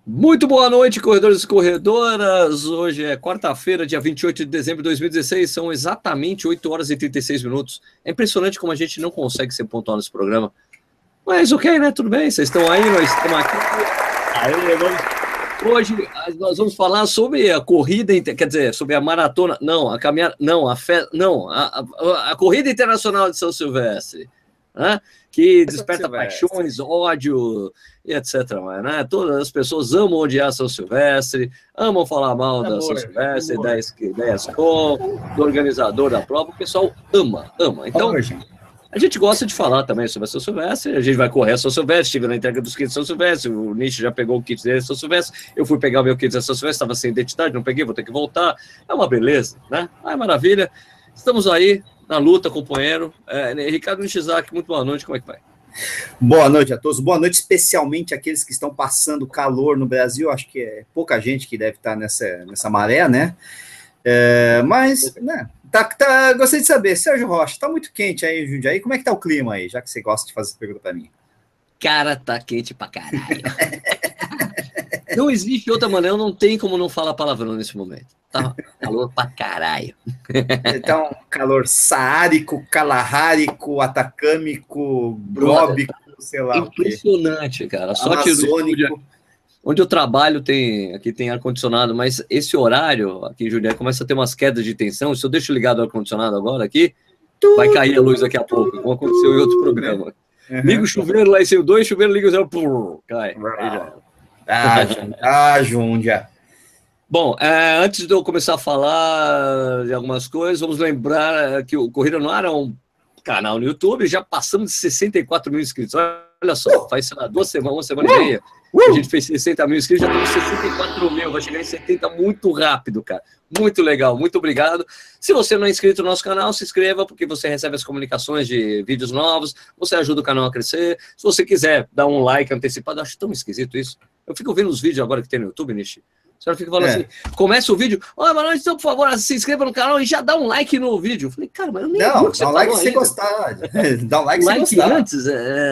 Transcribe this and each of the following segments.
Muito boa noite, corredores e corredoras. Hoje é quarta-feira, dia 28 de dezembro de 2016. São exatamente 8 horas e 36 minutos. É impressionante como a gente não consegue ser pontual nesse programa. Mas ok, né? Tudo bem, vocês estão aí, nós estamos aqui. Hoje nós vamos falar sobre a corrida, quer dizer, sobre a maratona, não, a caminhada, não, a corrida internacional de São Silvestre, né? Que desperta paixões, ódio e etc. Mas, né? Todas as pessoas amam odiar São Silvestre, amam falar mal da São Silvestre, da ESCOM, do organizador da prova. O pessoal ama. Então, a gente gosta de falar também sobre a São Silvestre. A gente vai correr a São Silvestre, estive na entrega dos kits de São Silvestre. O Nish já pegou o kit dele de São Silvestre. Eu fui pegar o meu kit da São Silvestre, estava sem identidade, não peguei, vou ter que voltar. É uma beleza, né? É maravilha. Estamos aí na luta, companheiro. Ricardo Nishizaki, muito boa noite, como é que vai? Boa noite a todos, boa noite especialmente àqueles que estão passando calor no Brasil. Acho que é pouca gente que deve estar nessa maré, né? Mas, né? Gostei de saber, Sérgio Rocha, tá muito quente aí em Jundiaí, como é que tá o clima aí, já que você gosta de fazer essa pergunta para mim? Cara, tá quente pra caralho. Não existe outra maneira, não tem como não falar palavrão nesse momento. Tá calor pra caralho. Então, calor saárico, calaharico, atacâmico, bróbico, sei lá. Impressionante, cara. Sorte onde eu trabalho aqui tem ar-condicionado, mas esse horário aqui em Jundiaí começa a ter umas quedas de tensão. Se eu deixo ligado o ar-condicionado agora aqui, vai cair a luz daqui a pouco, como aconteceu em outro programa. Liga o chuveiro lá em cima, 2 chuveiros, liga o zero, cai. Aí já. Jundia. Bom, antes de eu começar a falar de algumas coisas, vamos lembrar que o Corrida no Ar é um canal no YouTube, já passamos de 64 mil inscritos. Olha só, faz, sei lá, uma semana e meia, a gente fez 60 mil inscritos, já estamos em 64 mil, vai chegar em 70 muito rápido, cara. Muito legal, muito obrigado. Se você não é inscrito no nosso canal, se inscreva, porque você recebe as comunicações de vídeos novos, você ajuda o canal a crescer. Se você quiser dar um like antecipado, acho tão esquisito isso. Eu fico vendo os vídeos agora que tem no YouTube, Nishi. A senhora fica falando assim, começa o vídeo, mas então, por favor, se inscreva no canal e já dá um like no vídeo. Eu falei, cara, mas eu nem não, dá um like se você gostar. Dá um like se você gostar. Antes,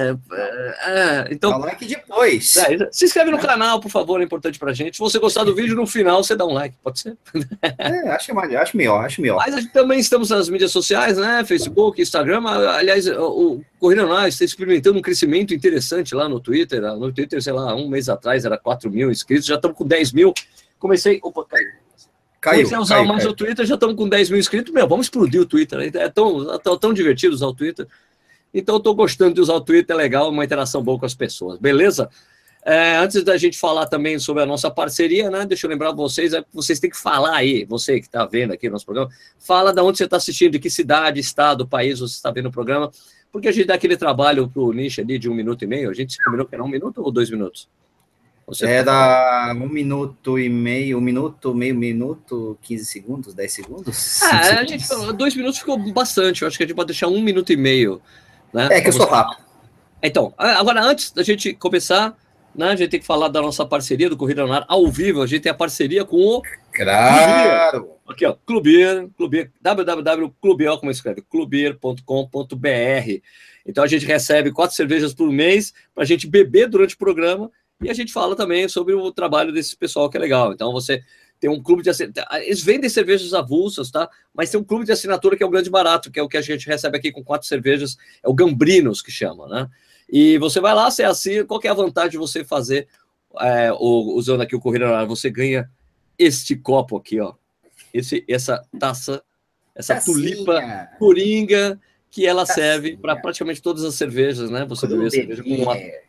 então, dá um like depois. Se inscreve no canal, por favor, é importante pra gente. Se você gostar do vídeo, no final você dá um like, pode ser? Acho melhor. Mas a gente também estamos nas mídias sociais, né? Facebook, Instagram. Aliás, o Corrida no Ar está experimentando um crescimento interessante lá no Twitter. No Twitter, sei lá, um mês atrás era 4 mil inscritos, já estamos com 10 mil. Comecei a usar mais o Twitter, já estamos com 10 mil inscritos. Vamos explodir o Twitter. É tão divertido usar o Twitter. Então, eu estou gostando de usar o Twitter, é legal, uma interação boa com as pessoas. Beleza? Antes da gente falar também sobre a nossa parceria, né? Deixa eu lembrar vocês, vocês têm que falar aí, você que está vendo aqui no nosso programa, fala de onde você está assistindo, de que cidade, estado, país você está vendo o programa, porque a gente dá aquele trabalho para o Nish ali de 1 minuto e meio. A gente se combinou que era 1 minuto ou 2 minutos? Era 1 minuto e meio, 1 minuto, meio minuto, 15 segundos, 10 segundos? A gente, 2 minutos ficou bastante, eu acho que a gente pode deixar 1 minuto e meio. Né? Que eu sou rápido. Então, agora, antes da gente começar, né, a gente tem que falar da nossa parceria do Corrida no Ar ao vivo. A gente tem a parceria com o... Claro! Clubir. Aqui, ó, Clubir, www.clubir, como escreve, clubir.com.br. Então, a gente recebe 4 cervejas por mês para a gente beber durante o programa. E a gente fala também sobre o trabalho desse pessoal, que é legal. Então, você tem um clube de assinatura. Eles vendem cervejas avulsas, tá? Mas tem um clube de assinatura que é o grande barato, que é o que a gente recebe aqui com 4 cervejas. É o Gambrinos, que chama, né? E você vai lá, você assina. Qual que é a vantagem de você fazer, usando aqui o Corrida no Ar? Você ganha este copo aqui, ó. Essa taça, essa tulipa coringa, que ela serve para praticamente todas as cervejas, né? Você beber cerveja com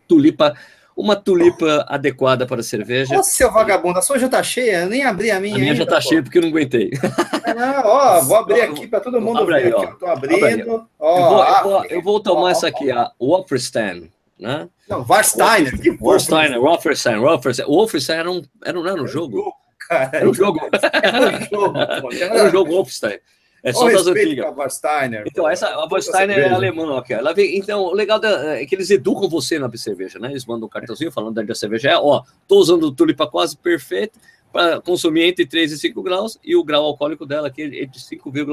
uma tulipa adequada para a cerveja. Ô, seu vagabundo, a sua já tá cheia? Eu nem abri a minha. A minha já tá cheia porque eu não aguentei. Vou abrir aqui para todo mundo ver. Aqui, eu tô abrindo. Eu vou tomar essa aqui, a Wolferstein, né? Não, Warsteiner. Wolferstein. O Wolferstein era um jogo. Era um jogo. Era um jogo Wolferstein. É só das antigas. Então, a Warsteiner é alemã. Okay. Ela vem, então, o legal é que eles educam você na cerveja, né? Eles mandam um cartãozinho falando da cerveja. Tô usando tulipa quase perfeita para consumir entre 3 e 5 graus, e o grau alcoólico dela aqui é de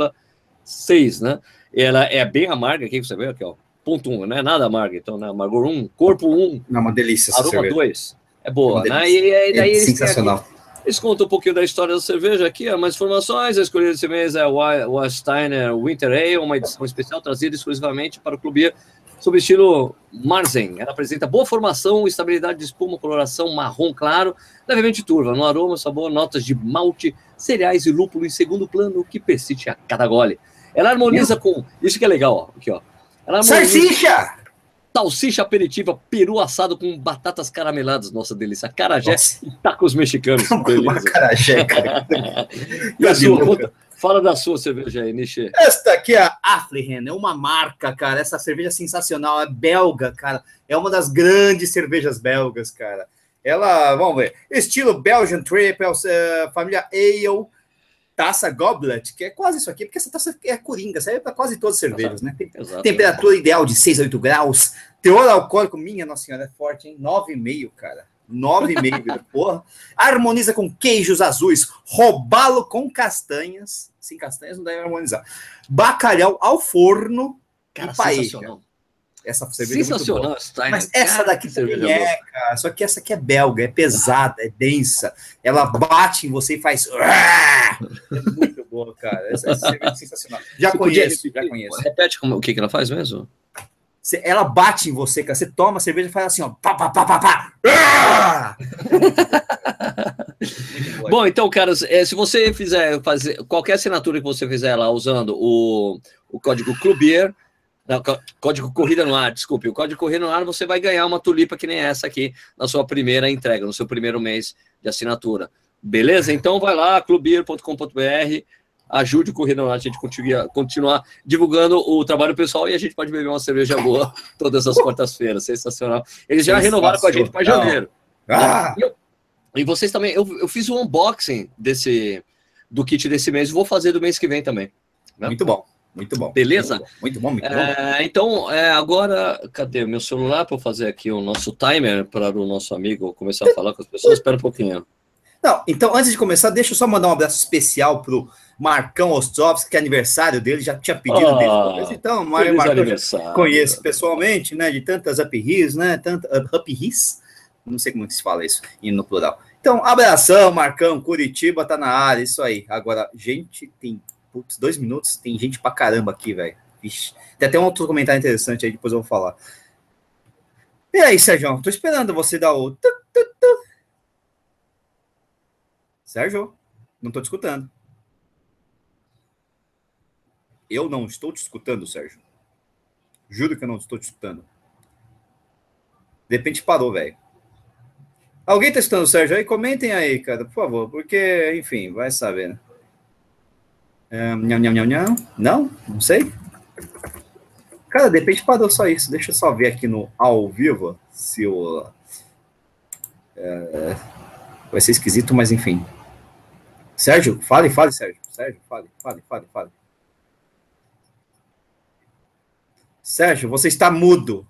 5,6, né? Ela é bem amarga, aqui você vê aqui, ó. Ponto 1, não é nada amarga. Então, né? Amargor 1, corpo 1. Não, uma delícia essa aroma cerveja. 2. É boa, né? E daí sensacional. Eles contam um pouquinho da história da cerveja aqui, mais informações. A escolha desse mês é o Warsteiner Winter Ale, uma edição especial trazida exclusivamente para o Clube sob estilo Marzen. Ela apresenta boa formação, estabilidade de espuma, coloração marrom claro, levemente turva, no aroma, sabor, notas de malte, cereais e lúpulo em segundo plano, que persiste a cada gole. Ela harmoniza com... Isso que é legal, ó. Aqui, ó. Ela Salsicha! Salsicha aperitiva, peru assado com batatas carameladas. Nossa, delícia. Acarajé e tacos mexicanos. Acarajé, cara. E a sua? Fala da sua cerveja aí, Nishi. Esta aqui é a Afflihen, é uma marca, cara. Essa cerveja é sensacional, é belga, cara. É uma das grandes cervejas belgas, cara. Ela, vamos ver, estilo Belgian Triple, família Ale, taça Goblet, que é quase isso aqui, porque essa taça é coringa, serve para quase todas as cervejas, né? Temperatura ideal de 6 a 8 graus, teor alcoólico, minha nossa senhora, é forte, hein? 9,5, cara. 9,5, porra. Harmoniza com queijos azuis, robalo com castanhas. Sem castanhas não deve harmonizar. Bacalhau ao forno, cara, e paella. Essa cerveja sensacional, é muito boa. Mas essa daqui também é, cara. Só que essa aqui é belga, é pesada, é densa. Ela bate em você e faz... É muito boa, cara. Essa cerveja é sensacional. Já conheço. Repete o que ela faz mesmo? Ela bate em você, cara. Você toma a cerveja e faz assim, ó. Pá, pá, pá, pá, pá. Bom, então, cara, se você fizer fazer qualquer assinatura que você fizer lá usando o código Clubier, não, código Corrida no Ar, desculpe, o código Corrida no Ar, você vai ganhar uma tulipa que nem essa aqui na sua primeira entrega, no seu primeiro mês de assinatura. Beleza? Então vai lá, clubier.com.br, ajude o Corrida no Ar, a gente continuar divulgando o trabalho pessoal e a gente pode beber uma cerveja boa todas as quartas-feiras. Sensacional. Eles já renovaram com a gente para janeiro. E vocês também, eu fiz um unboxing do kit desse mês, vou fazer do mês que vem também. Né? Muito bom. Muito bom. Beleza? Muito bom. Então, agora, cadê o meu celular para fazer aqui o nosso timer para o nosso amigo começar a falar com as pessoas? Espera um pouquinho. Não, então, antes de começar, deixa eu só mandar um abraço especial pro Marcão Ostrovski, que é aniversário dele, já tinha pedido dele. Então, Marcão, conheço pessoalmente, né, de tantas up-his, né, up-his, não sei como que se fala isso, no plural. Então, abração, Marcão, Curitiba tá na área, isso aí. Agora, gente, tem... Putz, 2 minutos, tem gente pra caramba aqui, velho. Tem até um outro comentário interessante aí, depois eu vou falar. E aí, Sérgio? Tô esperando você dar o... Sérgio, não tô te escutando. Eu não estou te escutando, Sérgio. Juro que eu não estou te escutando. De repente parou, velho. Alguém tá escutando o Sérgio aí? Comentem aí, cara, por favor, porque, enfim, vai saber, né? Não sei. Cara, de repente parou só isso. Deixa eu só ver aqui no ao vivo se o vai ser esquisito, mas enfim. Sérgio, fale, Sérgio. Sérgio, fale. Sérgio, você está mudo.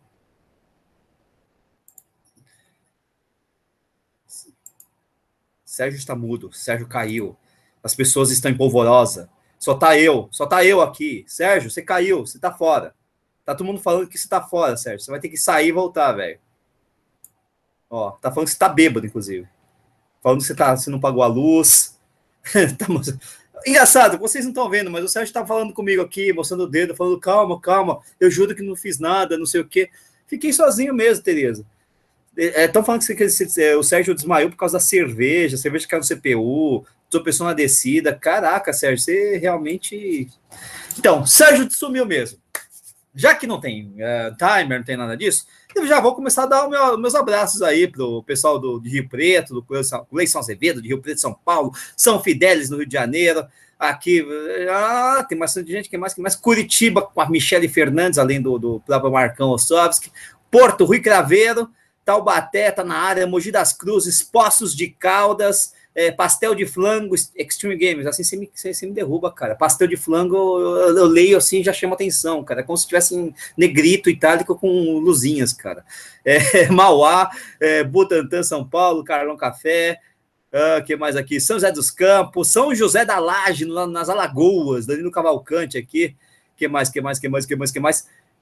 Sérgio está mudo. Sérgio caiu. As pessoas estão em polvorosa. Só tá eu aqui. Sérgio, você caiu, você tá fora. Tá todo mundo falando que você tá fora, Sérgio. Você vai ter que sair e voltar, velho. Ó, tá falando que você tá bêbado, inclusive. Falando que você não pagou a luz. Engraçado, vocês não estão vendo, mas o Sérgio tá falando comigo aqui, mostrando o dedo, falando, calma, eu juro que não fiz nada, não sei o quê. Fiquei sozinho mesmo, Tereza. Estão falando que o Sérgio desmaiou por causa da cerveja caiu no CPU, tropeçou na descida. Caraca, Sérgio, você realmente... Então, Sérgio sumiu mesmo. Já que não tem timer, não tem nada disso, eu já vou começar a dar meus abraços aí pro pessoal de Rio Preto, do Cleiton Azevedo, de Rio Preto, São Paulo, São Fidélis, no Rio de Janeiro. Aqui, tem bastante gente, que mais? Curitiba, com a Michele Fernandes, além do próprio Marcão Ostrovski. Porto, Rui Craveiro, Taubaté, tá na área, Mogi das Cruzes, Poços de Caldas, pastel de flango, Extreme Games. Assim você me derruba, cara. Pastel de flango, eu leio assim, já chama atenção, cara. É como se tivesse um negrito itálico com luzinhas, cara. Mauá, Butantã, São Paulo, Carlão Café, que mais aqui? São José dos Campos, São José da Laje, nas Alagoas, Danilo Cavalcante aqui. Que mais?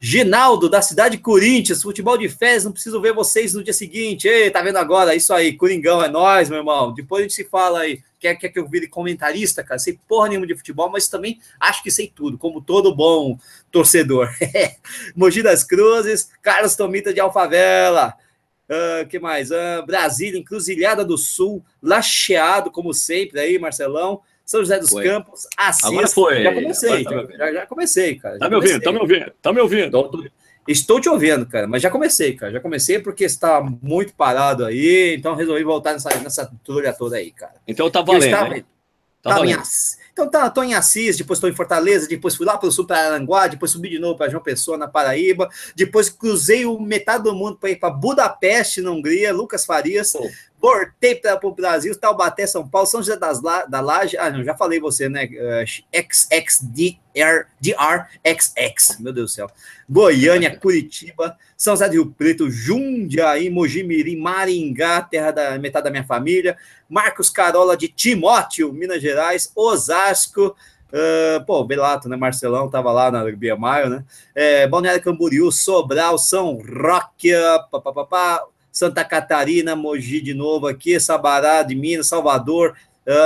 Ginaldo, da cidade de Corinthians, futebol de férias, não preciso ver vocês no dia seguinte. Ei, tá vendo agora? Isso aí, Coringão, é nóis, meu irmão. Depois a gente se fala aí. Quer que eu vire comentarista, cara? Sei porra nenhuma de futebol, mas também acho que sei tudo, como todo bom torcedor. Mogi das Cruzes, Carlos Tomita de Alfavela. Que mais? Brasília, Encruzilhada do Sul, Lacheado, como sempre, aí, Marcelão. São José dos Campos, Assis. Agora foi. Já comecei, já comecei, cara. Tá me ouvindo, tá me ouvindo, tá me ouvindo. Estou te ouvindo, cara, mas já comecei, cara. Já comecei porque está muito parado aí, então resolvi voltar nessa trulha toda aí, cara. Então tá valendo, né? Tá valendo. Então tô em Assis, depois estou em Fortaleza, depois fui lá para o sul para Aranguá, depois subi de novo para João Pessoa, na Paraíba, depois cruzei metade do mundo para ir para Budapeste, na Hungria, Lucas Farias, voltei para o Brasil, Taubaté, São Paulo, São José da Laje, não, já falei você, né, XX, meu Deus do céu, Goiânia, Curitiba, São José do Rio Preto, Jundiaí, Mogi Mirim, Maringá, terra da metade da minha família, Marcos Carola de Timóteo, Minas Gerais, Osasco, Belato, né, Marcelão, tava lá na Bia Maio, né, Balneário Camboriú, Sobral, São Roque, Santa Catarina, Mogi de novo aqui, Sabará de Minas, Salvador,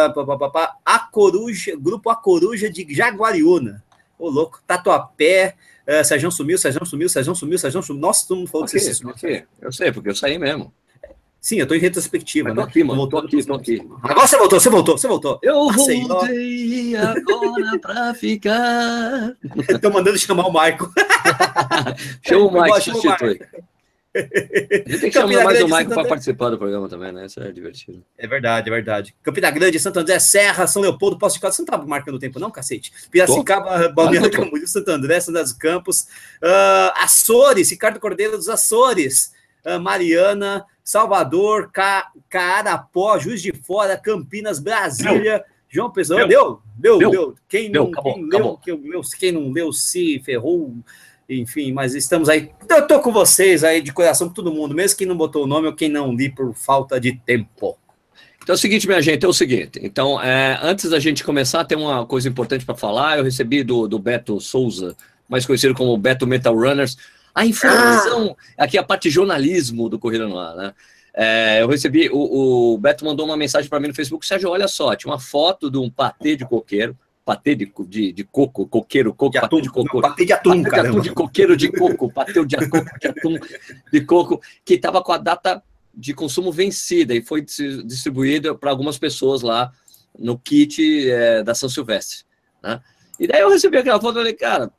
A Coruja, Grupo A Coruja de Jaguariúna, ô louco, Tatuapé, Sérgio sumiu, nossa, todo mundo falou que você sumiu. Eu sei, porque eu saí mesmo. Sim, eu tô em retrospectiva, né? Aqui, mano, tô aqui. Agora você voltou. Eu voltei agora pra ficar. Tô mandando chamar o Maico. Chama o Maico, substitui. A gente tem que chamar mais o Maico para participar do programa também, né? Isso é divertido. É verdade. Campina Grande, Santo André, Serra, São Leopoldo, Poço de Caldas. Você não tá marcando o tempo, não, cacete? Piracicaba, Balneário Camboriú, Santo André, São José dos Campos, Açores, Ricardo Cordeiro dos Açores, Mariana, Salvador, Carapó, Juiz de Fora, Campinas, Brasília, João Pessoa. Deu. Quem não leu se ferrou. Enfim, mas estamos aí. Eu tô com vocês aí de coração, com todo mundo, mesmo quem não botou o nome ou quem não li por falta de tempo. Então é o seguinte, minha gente, Então, antes da gente começar, tem uma coisa importante para falar. Eu recebi do Beto Souza, mais conhecido como Beto Metal Runners, a informação, aqui a parte de jornalismo do Corrida no Ar, né? Eu recebi, o Beto mandou uma mensagem para mim no Facebook, Sérgio, olha só, tinha uma foto de um patê de coqueiro, patê de coco, coqueiro, coco, de patê atum, de coco. Patê de atum, cara. De coqueiro de coco, patê de atum de coco, que estava com a data de consumo vencida e foi distribuída para algumas pessoas lá no kit da São Silvestre, né? E daí eu recebi aquela foto e falei, cara,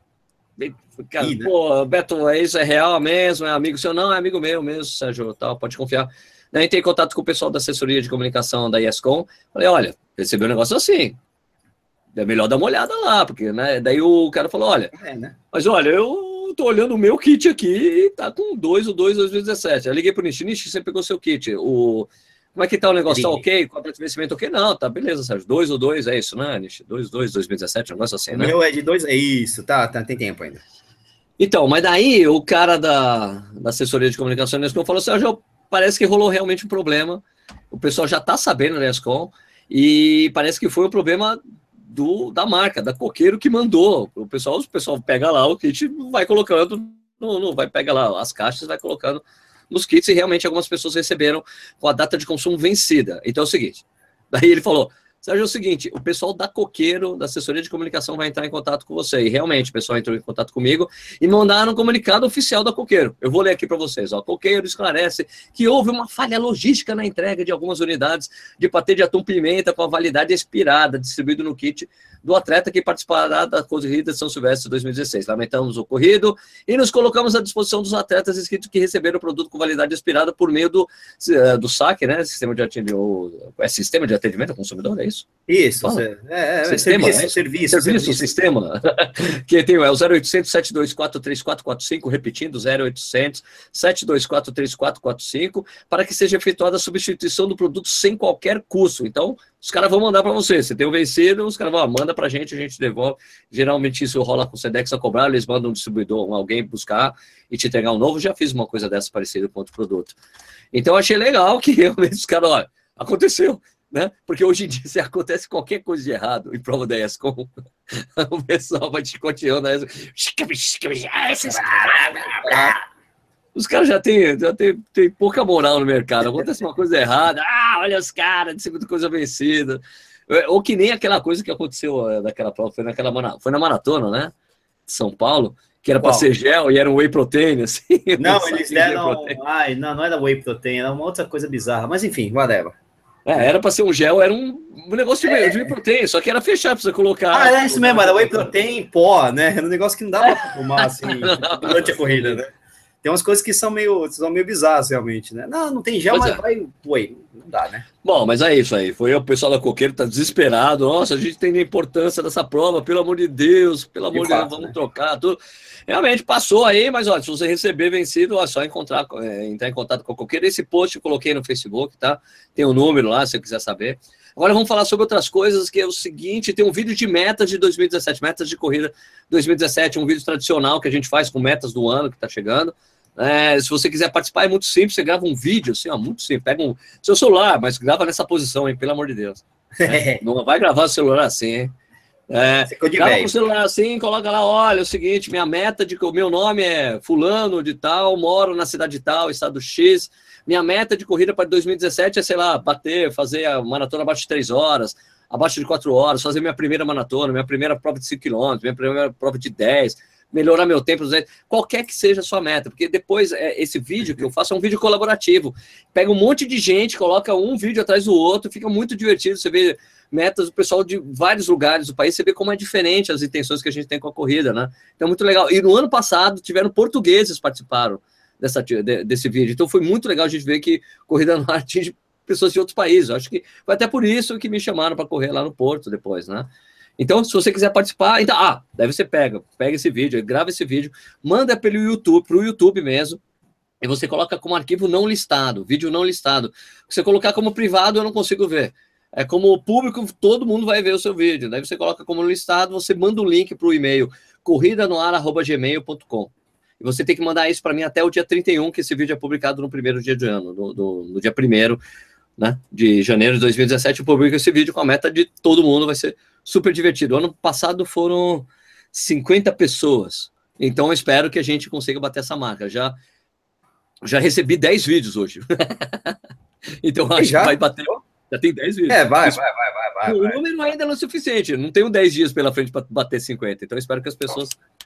pô, Beto, isso é real mesmo? É amigo seu? Não, é amigo meu mesmo, Sérgio, tal, pode confiar. Daí entrei em contato com o pessoal da assessoria de comunicação da ESCOM, falei, olha, recebeu um negócio assim, é melhor dar uma olhada lá, porque, né, daí o cara falou, olha, né? Mas olha, eu tô olhando o meu kit aqui e tá com 2/2/2017. Eu liguei pro Nishi, você pegou seu kit, como é que tá o negócio? Tá ok? Com a vencimento ok? Não, tá, beleza, Sérgio. 2/2, é isso, né, Nishi? 2/2/2017, um negócio assim, né? O meu é de 2, é isso, tá, tem tempo ainda. Então, mas daí o cara da assessoria de comunicação da ESCOM falou, Sérgio, parece que rolou realmente um problema, o pessoal já tá sabendo da ESCOM e parece que foi o problema da marca, da Coqueiro que mandou. O pessoal pega lá o kit, vai colocando, não vai pegar lá as caixas, vai colocando nos kits e realmente algumas pessoas receberam com a data de consumo vencida. Então é o seguinte, daí ele falou, Sérgio, é o seguinte, o pessoal da Coqueiro, da assessoria de comunicação vai entrar em contato com você. E realmente o pessoal entrou em contato comigo e mandaram um comunicado oficial da Coqueiro. Eu vou ler aqui para vocês. Ó. Coqueiro esclarece que houve uma falha logística na entrega de algumas unidades de patê de atum pimenta com a validade expirada, distribuído no kit do atleta que participará da corrida de São Silvestre 2016. Lamentamos o ocorrido e nos colocamos à disposição dos atletas inscritos que receberam o produto com validade expirada por meio do SAC, né? Sistema de atendimento ao consumidor, é isso? Isso, sistema, serviço, sistema. Que tem o 0800 724 3445, repetindo, 0800 724 3445, para que seja efetuada a substituição do produto sem qualquer custo. Então, os caras vão mandar para você. Você tem o vencido, os caras vão, manda para a gente devolve. Geralmente isso rola com o Sedex a cobrar, eles mandam um distribuidor, alguém buscar e te entregar um novo. Já fiz uma coisa dessa parecida com outro produto. Então, achei legal que realmente os caras, olha, aconteceu. né? Porque hoje em dia, se acontece qualquer coisa de errado em prova da ESCOM, o pessoal vai te chicoteando. Os caras já têm pouca moral no mercado. Acontece uma coisa errada, olha os caras, de segunda coisa vencida. Ou que nem aquela coisa que aconteceu naquela prova, foi na maratona, né? De São Paulo, que era para ser gel e era um whey protein, assim. Não, eles deram. Ai, não era whey protein, era uma outra coisa bizarra. Mas enfim, whatever. Era para ser um gel, era um negócio de whey protein, só que era fechado para você colocar. É isso mesmo, era whey protein em pó, né? Era um negócio que não dava para tomar assim durante a corrida, né? Tem umas coisas que são meio bizarras, realmente, né? Não tem gel, mas vai whey. Não dá, né? Bom, mas é isso aí. Foi o pessoal da Coqueiro tá desesperado. Nossa, a gente tem a importância dessa prova, pelo amor de Deus, vamos trocar tudo. Realmente passou aí, mas olha, se você receber vencido, é só entrar em contato com a Coqueiro. Esse post eu coloquei no Facebook, tá? Tem um número lá, se você quiser saber. Agora vamos falar sobre outras coisas, que é o seguinte, tem um vídeo de metas de 2017, metas de corrida 2017, um vídeo tradicional que a gente faz com metas do ano que tá chegando. Se você quiser participar, é muito simples, você grava um vídeo, assim, muito simples, pega seu celular, mas grava nessa posição, hein, pelo amor de Deus. Não vai gravar o celular assim, hein? Grava com o celular assim, coloca lá, olha, é o seguinte, minha meta o meu nome é fulano de tal, moro na cidade de tal, estado X, minha meta de corrida para 2017 é, sei lá, fazer a maratona abaixo de 3 horas, abaixo de 4 horas, fazer minha primeira maratona, minha primeira prova de 5 km, minha primeira prova de 10, melhorar meu tempo, qualquer que seja a sua meta, porque depois esse vídeo que eu faço é um vídeo colaborativo, pega um monte de gente, coloca um vídeo atrás do outro, fica muito divertido, você vê metas do pessoal de vários lugares do país, você vê como é diferente as intenções que a gente tem com a corrida, né? Então é muito legal, e no ano passado tiveram portugueses que participaram desse vídeo, então foi muito legal a gente ver que Corrida no Ar atinge pessoas de outros países, eu acho que foi até por isso que me chamaram para correr lá no Porto depois, né? Então, se você quiser participar, então, daí você pega esse vídeo, grava esse vídeo, manda pelo YouTube, pro YouTube mesmo, e você coloca como arquivo não listado, vídeo não listado. Se você colocar como privado, eu não consigo ver. Como público, todo mundo vai ver o seu vídeo. Daí você coloca como listado, você manda um link para o e-mail corridanoar@gmail.com. E você tem que mandar isso para mim até o dia 31, que esse vídeo é publicado no primeiro dia de ano, no dia 1º, né, de janeiro de 2017, eu publico esse vídeo com a meta de todo mundo, vai ser super divertido. Ano passado foram 50 pessoas, então eu espero que a gente consiga bater essa marca. Já recebi 10 vídeos hoje. Então acho que vai bater. Já tem 10 vídeos. Vai. O número ainda não é suficiente, não tenho 10 dias pela frente para bater 50, então eu espero que as pessoas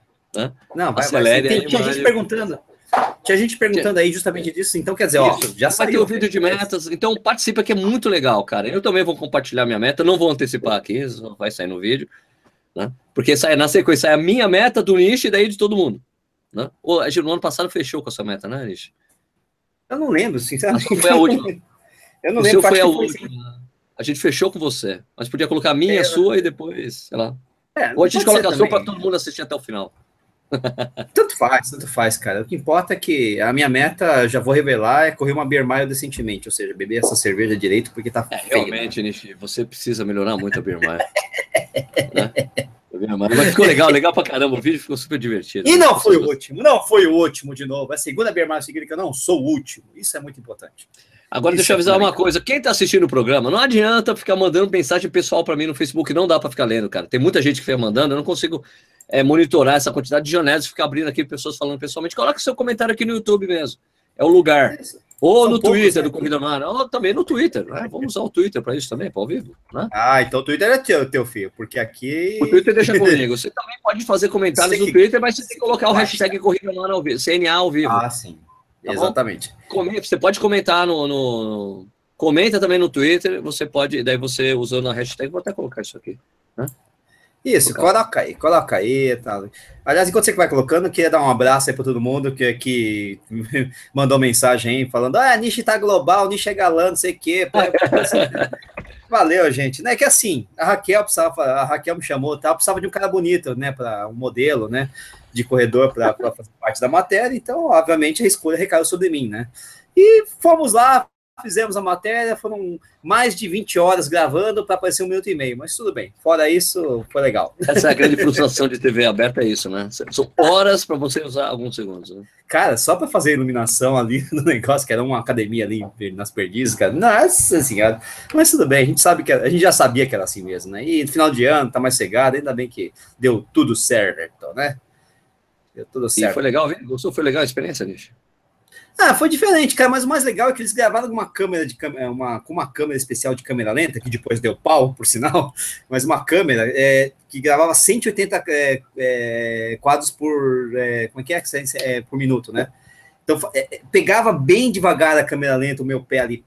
acelerem. Tinha gente perguntando aí justamente disso, então quer dizer, já saiu o vídeo de metas, então participa, que é muito legal, cara. Eu também vou compartilhar minha meta, não vou antecipar aqui, só vai sair no vídeo, né? Porque na sequência sai a minha meta do Nish e daí de todo mundo, né? No ano passado fechou com essa meta, né, Nish? Eu não lembro, sinceramente. Foi a última. Eu não lembro. Foi a última. A gente fechou com você, mas podia colocar a minha, a sua e depois, sei lá. Ou a gente coloca a sua para todo mundo assistir até o final. Tanto faz, cara. O que importa é que a minha meta, já vou revelar, é correr uma beer mile decentemente, ou seja, beber essa cerveja direito, porque tá feio. Realmente, Nishi, você precisa melhorar muito a beer mile. Né? Mas ficou legal pra caramba, o vídeo ficou super divertido. E não foi o último de novo. A segunda beer mile seguida que eu não sou o último. Isso é muito importante. Agora deixa eu avisar uma coisa, quem tá assistindo o programa, não adianta ficar mandando mensagem pessoal para mim no Facebook, não dá para ficar lendo, cara. Tem muita gente que fica mandando, eu não consigo monitorar essa quantidade de honestos, ficar abrindo aqui pessoas falando pessoalmente. Coloca seu comentário aqui no YouTube mesmo, é o lugar. Ou no Twitter do Corrida no Ar, ou também no Twitter, né? Vamos usar o Twitter para isso também, para ao vivo, né? Então o Twitter é teu filho, porque aqui... O Twitter deixa comigo, você também pode fazer comentários no Twitter, mas você tem que colocar o hashtag Corrida no Ar ao vivo, CNA ao vivo. Sim. Tá, exatamente. Você pode comentar comenta também no Twitter, você pode, daí você usando a hashtag, vou até colocar isso aqui, né? Isso, coloca aí, tá. Aliás, enquanto você vai colocando, queria dar um abraço aí para todo mundo que mandou mensagem aí, falando, Nish tá global, Nish é galã, não sei o quê. Valeu, gente, né, que assim, a Raquel me chamou, tá, precisava de um cara bonito, né, para um modelo, né, de corredor para fazer parte da matéria, então, obviamente, a escolha recaiu sobre mim, né, e fomos lá, fizemos a matéria, foram mais de 20 horas gravando para aparecer 1 minuto e meio, mas tudo bem. Fora isso, foi legal. Essa é a grande frustração de TV aberta, é isso, né? São horas para você usar alguns segundos. Né? Cara, só para fazer a iluminação ali no negócio, que era uma academia ali nas Perdizes, cara, nossa senhora. Mas tudo bem, a gente sabe que a gente já sabia que era assim mesmo, né? E no final de ano tá mais cegado, ainda bem que deu tudo certo, né? Deu tudo certo. E foi legal, viu? Gostou? Foi legal a experiência, Nish? Foi diferente, cara, mas o mais legal é que eles gravaram com uma câmera com uma câmera especial de câmera lenta, que depois deu pau, por sinal, mas uma câmera que gravava 180 quadros por, por minuto, né? Então, pegava bem devagar a câmera lenta, o meu pé ali,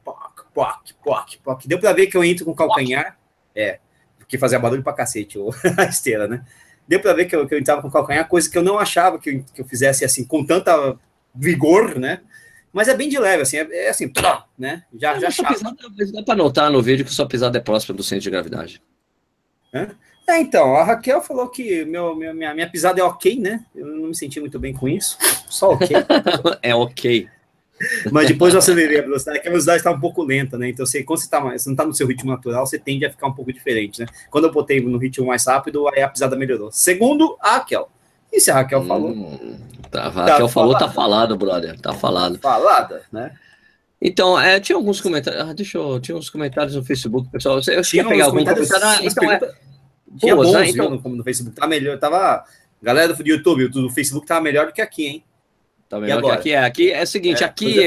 poc. Deu para ver que eu entro com o calcanhar, porque fazia barulho pra cacete a esteira, né? Deu para ver que eu entrava com o calcanhar, coisa que eu não achava que eu fizesse assim, com tanta vigor, né? Mas é bem de leve, assim, assim, né? Já chato. Dá para notar no vídeo que sua pisada é próxima do centro de gravidade. Então, a Raquel falou que minha pisada é ok, né? Eu não me senti muito bem com isso, só ok. É ok. Mas depois eu acelerei a velocidade, que a velocidade está um pouco lenta, né? Então, quando você não está no seu ritmo natural, você tende a ficar um pouco diferente, né? Quando eu botei no ritmo mais rápido, aí a pisada melhorou. Segundo a Raquel. E se a Raquel falou? A Raquel falou, tá falado, brother. Tá falado. Falada, né? Então, tinha alguns comentários. Tinha uns comentários no Facebook, pessoal. Eu tinha pegar algum comentário. Tinha bons, no Facebook. Tá melhor. Tava. Galera do YouTube, do Facebook tava melhor do que aqui, hein? Tá melhor que aqui. Aqui é o seguinte,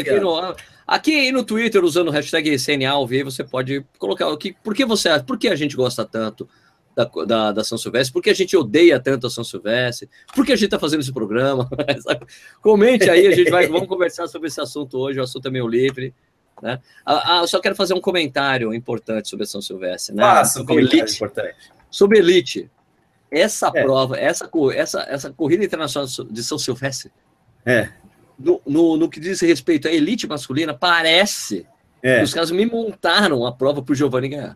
aqui no Twitter, usando o hashtag CNAUV, você pode colocar por que a gente gosta tanto da São Silvestre, por que a gente odeia tanto a São Silvestre, por que a gente está fazendo esse programa. Comente aí, vamos conversar sobre esse assunto hoje, o assunto é meio livre. Né? Eu só quero fazer um comentário importante sobre a São Silvestre. Né? Sobre Elite. Essa prova, essa corrida internacional de São Silvestre, no que diz respeito à elite masculina, parece que os caras me montaram a prova para o Giovanni ganhar.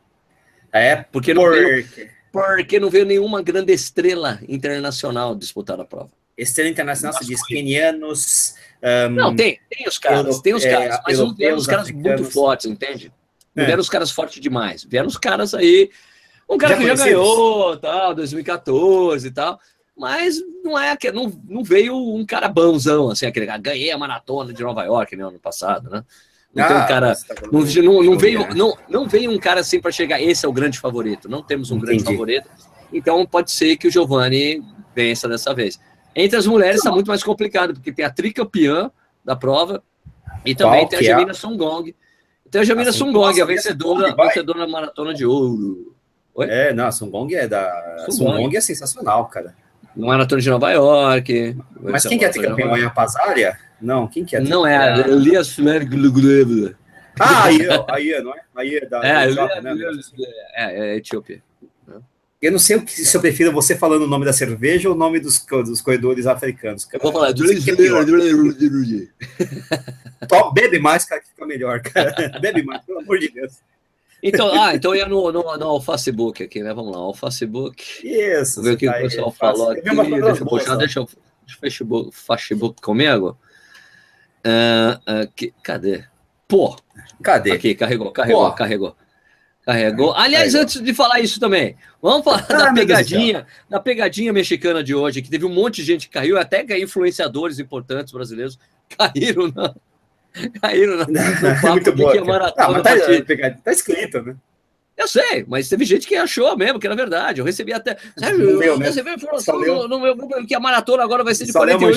Porque não veio nenhuma grande estrela internacional disputar a prova. Estrela internacional, se diz kenianos. Não, tem os caras, mas não vieram os caras muito fortes, entende? Não vieram os caras fortes demais. Vieram os caras aí. Um cara que já ganhou, tal, 2014 e tal. Mas não veio um cara bonzão, assim, aquele cara, ganhei a maratona de Nova York, né, ano passado, né? Não tem um cara. Não veio um cara assim para chegar. Esse é o grande favorito. Não temos um grande favorito. Então pode ser que o Giovanni vença dessa vez. Entre as mulheres está muito mais complicado, porque tem a tricampeã da prova e também tem a Jamila Sungong. Tem a Jamila Sungong, a vencedora da maratona de ouro. Oi? A Sungong Sungong é sensacional, cara. Maratona de Nova York. Mas quem que é a tricampeã? É a Pazária? Não, quem que é? Não é a Elias Gluglev. Aí, não é? Aí é da Etiópia, né? É Etiópia. Eu não sei se eu prefiro você falando o nome da cerveja ou o nome dos corredores africanos. Eu vou falar. Bebe mais, cara, que fica melhor, cara. Bebe mais, pelo amor de Deus. Então ia no Facebook aqui, né? Vamos lá, o Facebook. Isso. Ver o que o pessoal falou aqui. Deixa eu puxar, deixa o Facebook comigo. Cadê? Cadê? Aqui, carregou. Aliás, antes de falar isso também, vamos falar da pegadinha mexicana de hoje, que teve um monte de gente que caiu, até que influenciadores importantes brasileiros caíram no papo de que a maratona... Tá escrito, né? Eu sei, mas teve gente que achou mesmo que era verdade. Eu recebi até... Você viu a informação no meu grupo que a maratona agora vai ser de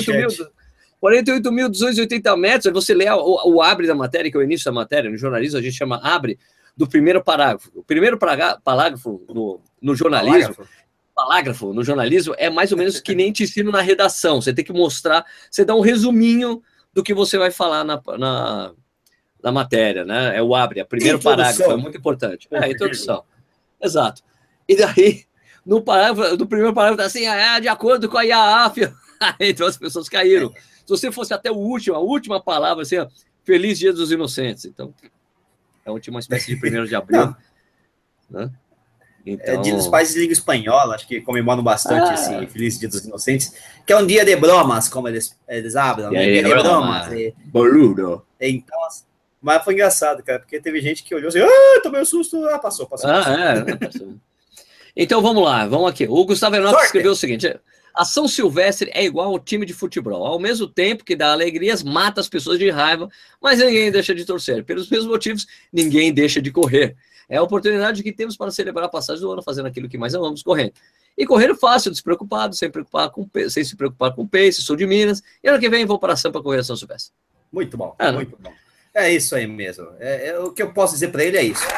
48.280 metros. Aí você lê o abre da matéria, que é o início da matéria. No jornalismo a gente chama abre do primeiro parágrafo. O primeiro parágrafo no jornalismo... Parágrafo no jornalismo é mais ou menos que nem te ensino na redação. Você tem que mostrar... Você dá um resuminho do que você vai falar na matéria, né? É o abre, é o primeiro parágrafo, é muito importante. É a introdução. Exato. E daí, no primeiro parágrafo, tá assim, de acordo com a IAAF, então as pessoas caíram. Se você fosse até a última palavra, assim, Feliz Dia dos Inocentes. Então, é uma espécie de 1º de abril. Né? Então... Dia dos Pais de Língua Espanhola, acho que comemoram bastante esse Feliz Dia dos Inocentes, que é um dia de bromas, como eles abrem, dia de bromas. Boludo. Então, Mas foi engraçado, cara, porque teve gente que olhou assim, tomei um susto, passou. Passou. Então vamos lá, vamos aqui. O Gustavo Enoch escreveu o seguinte: a São Silvestre é igual ao time de futebol. Ao mesmo tempo que dá alegrias, mata as pessoas de raiva, mas ninguém deixa de torcer. Pelos mesmos motivos, ninguém deixa de correr. É a oportunidade que temos para celebrar a passagem do ano fazendo aquilo que mais amamos, correndo. E correr fácil, despreocupado, sem se preocupar com o pace, sou de Minas. E ano que vem vou para a Sampa correr a São Silvestre. Muito bom, muito bom. É isso aí mesmo. O que eu posso dizer para ele é isso.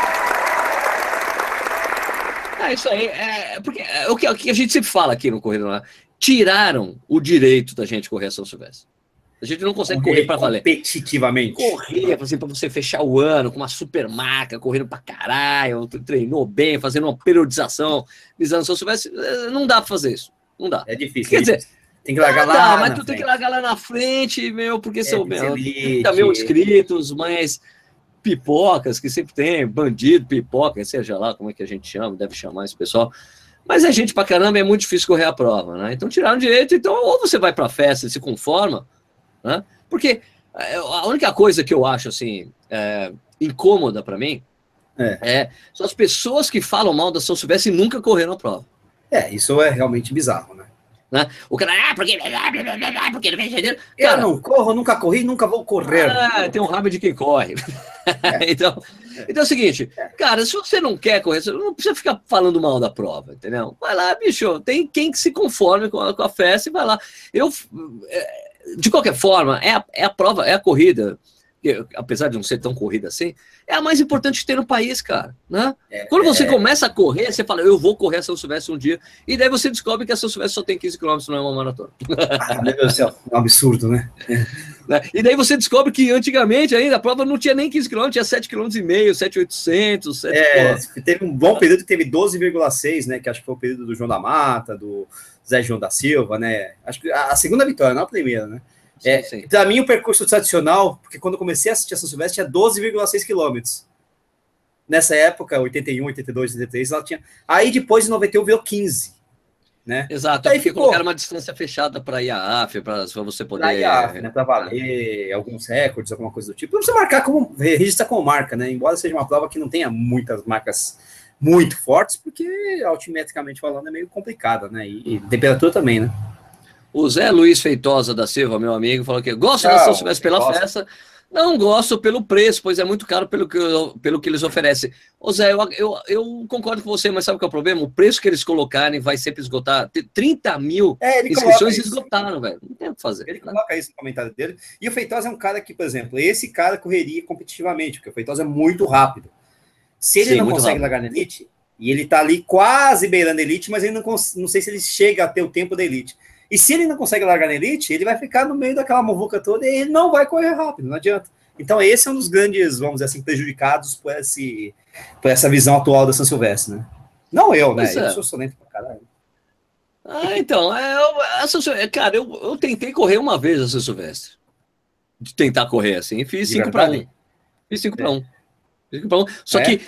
É isso aí. Porque o que a gente sempre fala aqui no Corrida Lá, tiraram o direito da gente correr a São Silvestre. A gente não consegue correr para valer. Competitivamente. Correr, assim, para você fechar o ano com uma super marca, correndo para caralho, treinou bem, fazendo uma periodização, visando São Silvestre. Não dá para fazer isso. Não dá. É difícil. Quer dizer, tem que largar lá. Mas tu tem que largar lá na frente, porque são 30 mil inscritos, mas pipocas que sempre tem, bandido, pipoca, seja lá como é que a gente chama, deve chamar esse pessoal. Mas é gente pra caramba, é muito difícil correr a prova, né? Então tiraram direito, então ou você vai pra festa e se conforma, né? Porque a única coisa que eu acho, assim, incômoda pra mim são as pessoas que falam mal da São Silvestre e nunca correram a prova. Isso é realmente bizarro, né? O cara, porque não vem janeiro. Eu não corro, nunca corri, nunca vou correr. Tem um rabo de quem corre. Então é o seguinte, cara, se você não quer correr, você não precisa ficar falando mal da prova, entendeu? Vai lá, bicho, tem quem que se conforme com a festa e vai lá. De qualquer forma, é a prova, é a corrida, que, apesar de não ser tão corrida assim, é a mais importante que tem no país, cara, né? Quando você começa a correr, você fala, eu vou correr a São Silvestre um dia, e daí você descobre que a São Silvestre só tem 15 km, não é uma maratona. Meu Deus do céu, um absurdo, né? E daí você descobre que antigamente ainda a prova não tinha nem 15 km, tinha 7,5 km, 7,800, teve um bom período que teve 12,6, né? Que acho que foi o período do João da Mata, do Zé João da Silva, né? Acho que a segunda vitória, não a primeira, né? Sim. Para mim, o percurso tradicional, porque quando eu comecei a assistir a São Silvestre, tinha 12,6 quilômetros. Nessa época, 81, 82, 83, ela tinha. Aí depois, em 91, veio 15. Né? Exato, aí porque colocaram uma distância fechada para a IAAF, para você poder. Para IAAF, né? Para valer alguns recordes, alguma coisa do tipo. Não precisa marcar como. Registra como marca, né? Embora seja uma prova que não tenha muitas marcas muito fortes, porque altimetricamente falando é meio complicada, né? E temperatura também, né? O Zé Luiz Feitosa da Silva, meu amigo, falou que gosto da São Silvestre pela festa, não gosto pelo preço, pois é muito caro pelo que eles oferecem. Ô Zé, eu concordo com você, mas sabe qual é o problema? O preço que eles colocarem vai sempre esgotar. 30 mil inscrições esgotaram, velho. Não tem o que fazer. Ele coloca isso no comentário dele. E o Feitosa é um cara que, por exemplo, esse cara correria competitivamente, porque o Feitosa é muito rápido. Se ele não consegue largar na elite, e ele tá ali quase beirando a elite, mas ele não sei se ele chega a ter o tempo da elite. E se ele não consegue largar na elite, ele vai ficar no meio daquela muvuca toda e ele não vai correr rápido, não adianta. Então esse é um dos grandes, vamos dizer assim, prejudicados por essa visão atual da São Silvestre, né? Não eu, né? Eu sou sonento pra caralho. Então, cara, eu tentei correr uma vez a São Silvestre. De tentar correr assim, fiz 5 para 1. Fiz 5 para 1. 5 para 1. Só que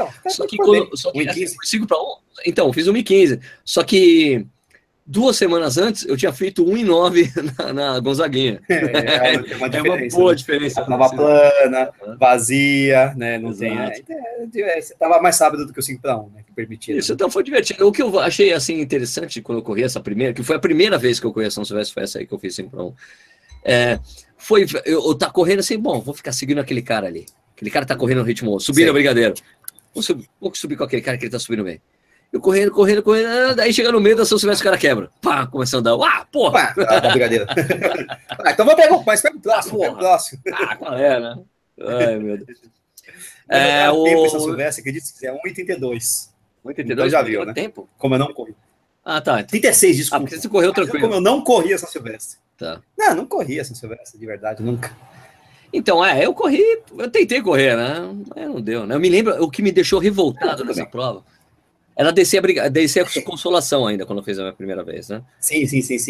5 para 1. Então, fiz 1,15. Só que 2 semanas antes, eu tinha feito 1,9 na Gonzaguinha. Uma boa diferença. A prova plana, vazia, né? Não tem. Você estava mais sábado do que o 5 para 1, né? Que permitia. Isso, então foi divertido. O que eu achei assim interessante quando eu corri essa primeira, que foi a primeira vez que eu corri a São Silvestre, foi essa aí que eu fiz 5 para 1. Foi eu tá correndo assim, bom, vou ficar seguindo aquele cara ali. Aquele cara tá correndo no ritmo, subindo a Brigadeiro. Vou subir com aquele cara que ele tá subindo bem. Eu correndo, daí chega no meio da São Silvestre, o cara quebra. Pá, começando a dar. Porra! Da Brigadeiro. Então vou pegar, mas pega o próximo, qual é, né? Ai, meu Deus. O tempo São Silvestre, acredito que é 1,82. 1,82? Então já viu, né? Tempo? Como eu não corri. Tá. Então. 36, desculpa. Porque você correu tranquilo. Como eu não corria São Silvestre. Tá. Não corria São Silvestre, de verdade, nunca. Então, eu corri, eu tentei correr, né? Mas não deu, né? Eu me lembro, o que me deixou revoltado nessa prova era descer a Consolação ainda, quando eu fiz a minha primeira vez, né? Sim.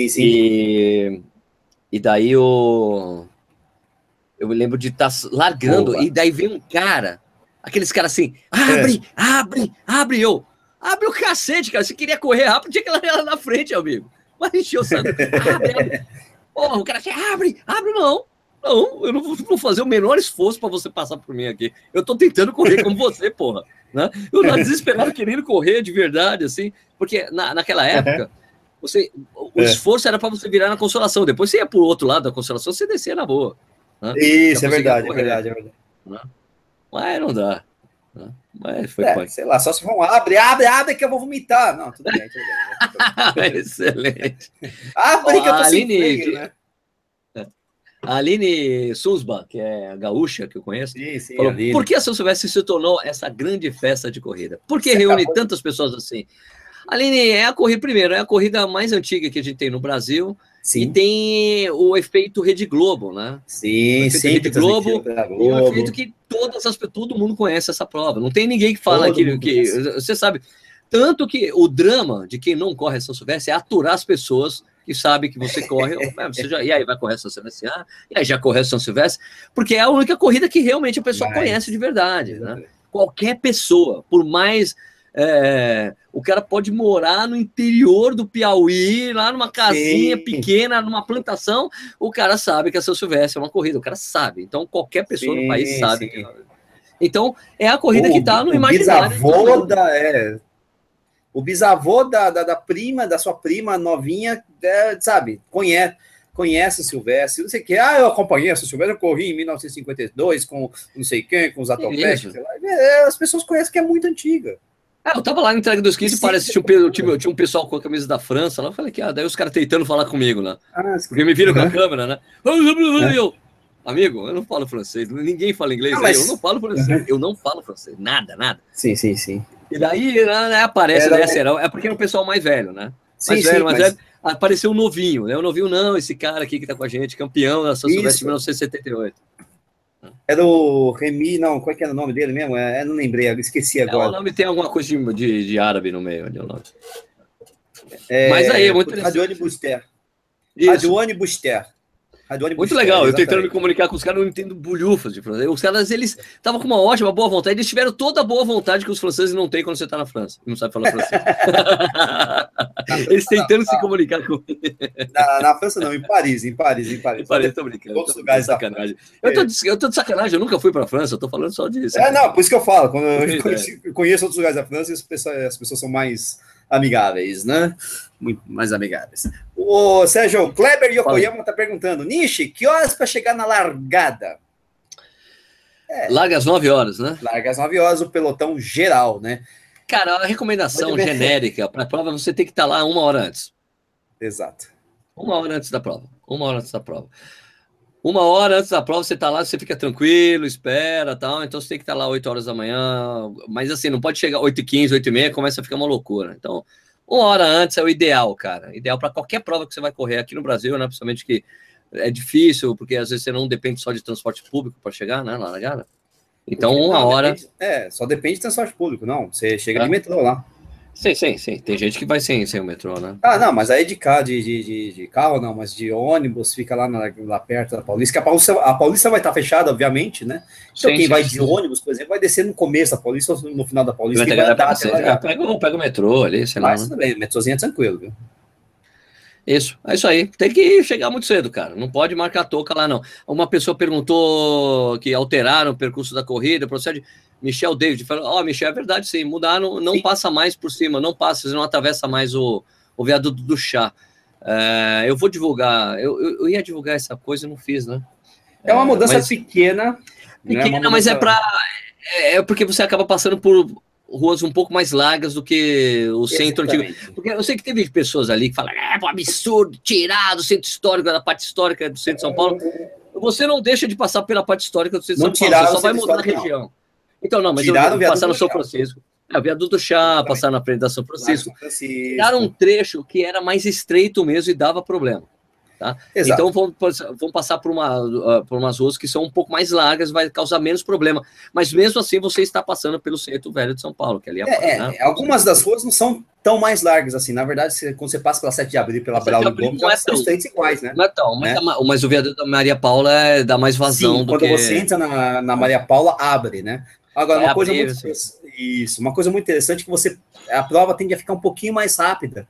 E daí eu me lembro de estar largando, e daí vem um cara, aqueles caras assim, abre, abre o cacete, cara, você queria correr rápido, tinha que largar lá na frente, amigo. Mas encheu o saco, abre. Porra, o cara assim, abre não. Não, eu não vou fazer o menor esforço para você passar por mim aqui. Eu tô tentando correr como você, porra. Né? Eu tô desesperado querendo correr de verdade, assim, porque naquela época, o esforço era para você virar na Consolação. Depois você ia pro outro lado da Consolação, você descia na boa. Né? Isso, é verdade, correr, é verdade, é verdade. Né? Mas não dá. Né? Mas foi sei lá, só se vão abre que eu vou vomitar. Não, tudo bem, tudo bem. Excelente. Abre que eu tô sem freio, né? A Aline Sulzbach, que é a gaúcha que eu conheço, sim, falou, por que a São Silvestre se tornou essa grande festa de corrida? Por que reúne tantas pessoas assim? Aline, é a corrida mais antiga que a gente tem no Brasil. Sim. E tem o efeito Rede Globo, né? Sim, Rede Globo. E o efeito que todo mundo conhece essa prova. Não tem ninguém que fala que você sabe. Tanto que o drama de quem não corre a São Silvestre é aturar as pessoas que sabem que você corre. E aí vai correr a São Silvestre? E aí já correu a São Silvestre? Porque é a única corrida que realmente a pessoa conhece de verdade. Né? Qualquer pessoa, por mais... o cara pode morar no interior do Piauí, lá numa casinha pequena, numa plantação, o cara sabe que a São Silvestre é uma corrida, o cara sabe. Então, qualquer pessoa no país sabe. Então, é a corrida que está no imaginário. O bisavô da prima, da sua prima novinha, sabe, conhece o Silvestre, não sei o que. Eu acompanhei a Silvestre, eu corri em 1952 com não sei quem, com os Atopec, as pessoas conhecem que é muito antiga. Eu tava lá na entrega dos 15 e parece que tinha um pessoal com a camisa da França lá. Eu falei que daí os caras tentando falar comigo, né? Porque me viram com a câmera, né? Amigo, eu não falo francês, ninguém fala inglês, eu não falo francês, eu não falo francês, nada. Sim. E daí aparece, é porque era o pessoal mais velho, né? Mais velho. Apareceu um novinho, né? O novinho, não, esse cara aqui que tá com a gente, campeão da São Silvestre de 1978. Era o Remy, não, qual é que era o nome dele mesmo? Não lembrei, esqueci agora. O nome tem alguma coisa de árabe no meio ali, o nome. Mas aí, é muito interessante. Radione Buster. Radione Buster. Muito legal, eu tentando me comunicar com os caras, não entendo bulhufas de francês. Os caras, eles estavam com uma ótima, boa vontade, eles tiveram toda a boa vontade que os franceses não têm quando você está na França, não sabe falar francês. Eles tentando se comunicar com... Na França não, em Paris. Em Paris, tô brincando. Outros lugares da sacanagem. Eu tô de sacanagem, eu nunca fui para a França, eu tô falando só disso. Por isso que eu falo, quando eu conheço outros lugares da França, as pessoas são mais amigáveis, né? Muito mais amigáveis. O Sérgio Kleber Yokoyama está perguntando, Nishi, que horas para chegar na largada? Larga às 9 horas, né? Larga às 9 horas o pelotão geral, né? Cara, a recomendação genérica para a prova, você tem que estar lá 1 hora antes. Exato. 1 hora antes da prova. 1 hora antes da prova. 1 hora antes da prova, você está lá, você fica tranquilo, espera, tal. Então, você tem que estar lá 8 horas da manhã. Mas, assim, não pode chegar 8h15, 8h30, começa a ficar uma loucura. Então, 1 hora antes é o ideal, cara. Ideal para qualquer prova que você vai correr aqui no Brasil, né? Principalmente que é difícil, porque às vezes você não depende só de transporte público para chegar, né? Na largada. Então, 1 hora... só depende de transporte público, não. Você chega de metrô lá. Sim. Tem gente que vai sem o metrô, né? Não, mas aí de carro não, mas de ônibus, fica lá perto da Paulista, que a Paulista vai estar fechada, obviamente, né? Então quem vai de ônibus, por exemplo, vai descer no começo da Paulista ou no final da Paulista. Pega o metrô ali, sei lá. Mas tudo bem, o metrôzinho é tranquilo, viu? Isso, é isso aí. Tem que chegar muito cedo, cara. Não pode marcar toca lá, não. Uma pessoa perguntou que alteraram o percurso da corrida, procede... Michel David falou, Michel, é verdade, sim, mudaram, não passa mais por cima, não passa, você não atravessa mais o viaduto do Chá. Eu vou divulgar, eu ia divulgar essa coisa e não fiz, né? É uma mudança pequena. Pequena, mas é porque você acaba passando por ruas um pouco mais largas do que o centro antigo. Porque eu sei que teve pessoas ali que falam, absurdo, tirar do centro histórico, da parte histórica do centro de São Paulo. Você não deixa de passar pela parte histórica do centro de São Paulo, você só vai mudar a região. Então, não, mas passar no São Francisco. O viaduto do Chá, passar na frente da São Francisco. Tiraram um trecho que era mais estreito mesmo e dava problema. Tá? Então, vão passar por umas ruas que são um pouco mais largas, vai causar menos problema. Mas mesmo assim, você está passando pelo centro velho de São Paulo, que ali algumas das ruas não são tão mais largas assim. Na verdade, quando você passa pela 7 de abril, pela Braulio Gomes, são estreitos iguais, né? Não é tão, mas o viaduto da Maria Paula dá mais vazão do que... Quando você entra na Maria Paula, abre, né? Agora, uma coisa muito interessante é que a prova tende a ficar um pouquinho mais rápida,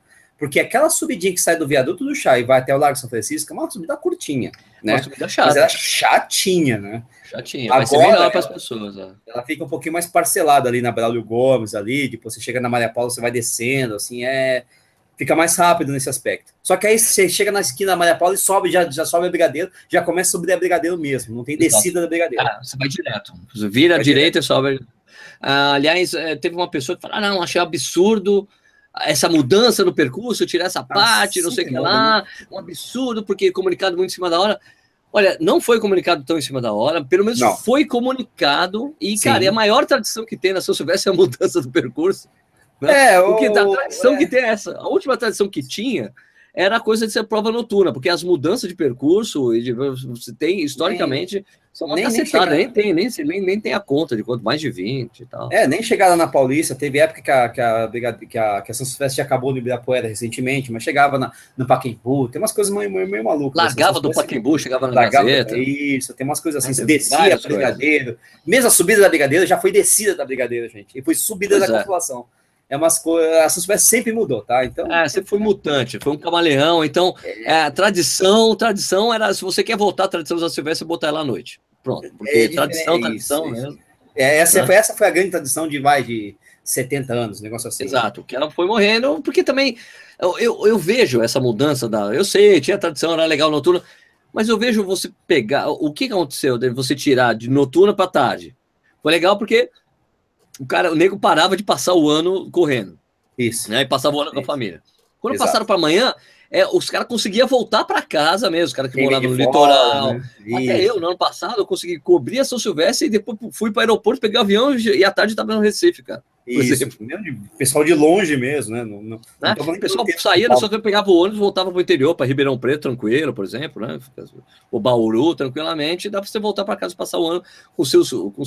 Porque aquela subidinha que sai do viaduto do Chá e vai até o Largo São Francisco é uma subida curtinha, né? Uma subida chata. Mas ela é chatinha, né? Chatinha, vai ser melhor para as pessoas. Ela fica um pouquinho mais parcelada ali na Braulio Gomes, ali, depois você chega na Maria Paula, você vai descendo, assim, fica mais rápido nesse aspecto. Só que aí você chega na esquina da Maria Paula e sobe, já sobe a Brigadeiro, já começa a subir a Brigadeiro mesmo, não tem descida da Brigadeiro. Você vai direto, você vira à direita e sobe. Aliás, teve uma pessoa que falou, não, achei absurdo essa mudança no percurso, tirar essa parte, não sei o que lá, um absurdo, porque comunicado muito em cima da hora. Olha, não foi comunicado tão em cima da hora, pelo menos foi comunicado, e, cara, é a maior tradição que tem na São Silvestre é a mudança do percurso. Né? Porque a tradição que tem é essa. A última tradição que tinha era a coisa de ser prova noturna, porque as mudanças de percurso, você tem, historicamente, são uma cacetada, nem tem a conta de quanto, mais de 20 e tal. Nem chegada na Paulista, teve época que a São Silvestre já acabou no Ibirapuera recentemente, mas chegava no Pacaembu, tem umas coisas meio malucas. Largava do Pacaembu, chegava na Gazeta. Isso, tem umas coisas assim, descia a Brigadeiro, mesmo a subida da Brigadeiro já foi descida da Brigadeiro, gente, e foi subida da Consolação. Umas coisas, a São Silvestre sempre mudou, tá? Então, sempre foi mutante, foi um camaleão. Então, tradição era, se você quer voltar à tradição da São Silvestre, botar ela à noite. Pronto, porque tradição mesmo. Essa foi a grande tradição de 70 anos, um negócio assim. Exato, que ela foi morrendo, porque também eu vejo essa mudança eu sei, tinha tradição, era legal noturna, mas eu vejo você pegar, o que aconteceu de você tirar de noturna para tarde? Foi legal porque o nego parava de passar o ano correndo. Isso. Né, e passava o ano com a família. Quando passaram para amanhã, os caras conseguiam voltar para casa mesmo, os caras que moravam no litoral. Né? Até eu, no ano passado, eu consegui cobrir a São Silvestre e depois fui para o aeroporto, peguei o avião e à tarde estava no Recife, cara. Isso, pessoal de longe mesmo, né? O pessoal saía, só que eu pegava o ônibus, voltava para o interior, para Ribeirão Preto, tranquilo, por exemplo, né? O Bauru, tranquilamente, dá para você voltar para casa e passar o ano com seus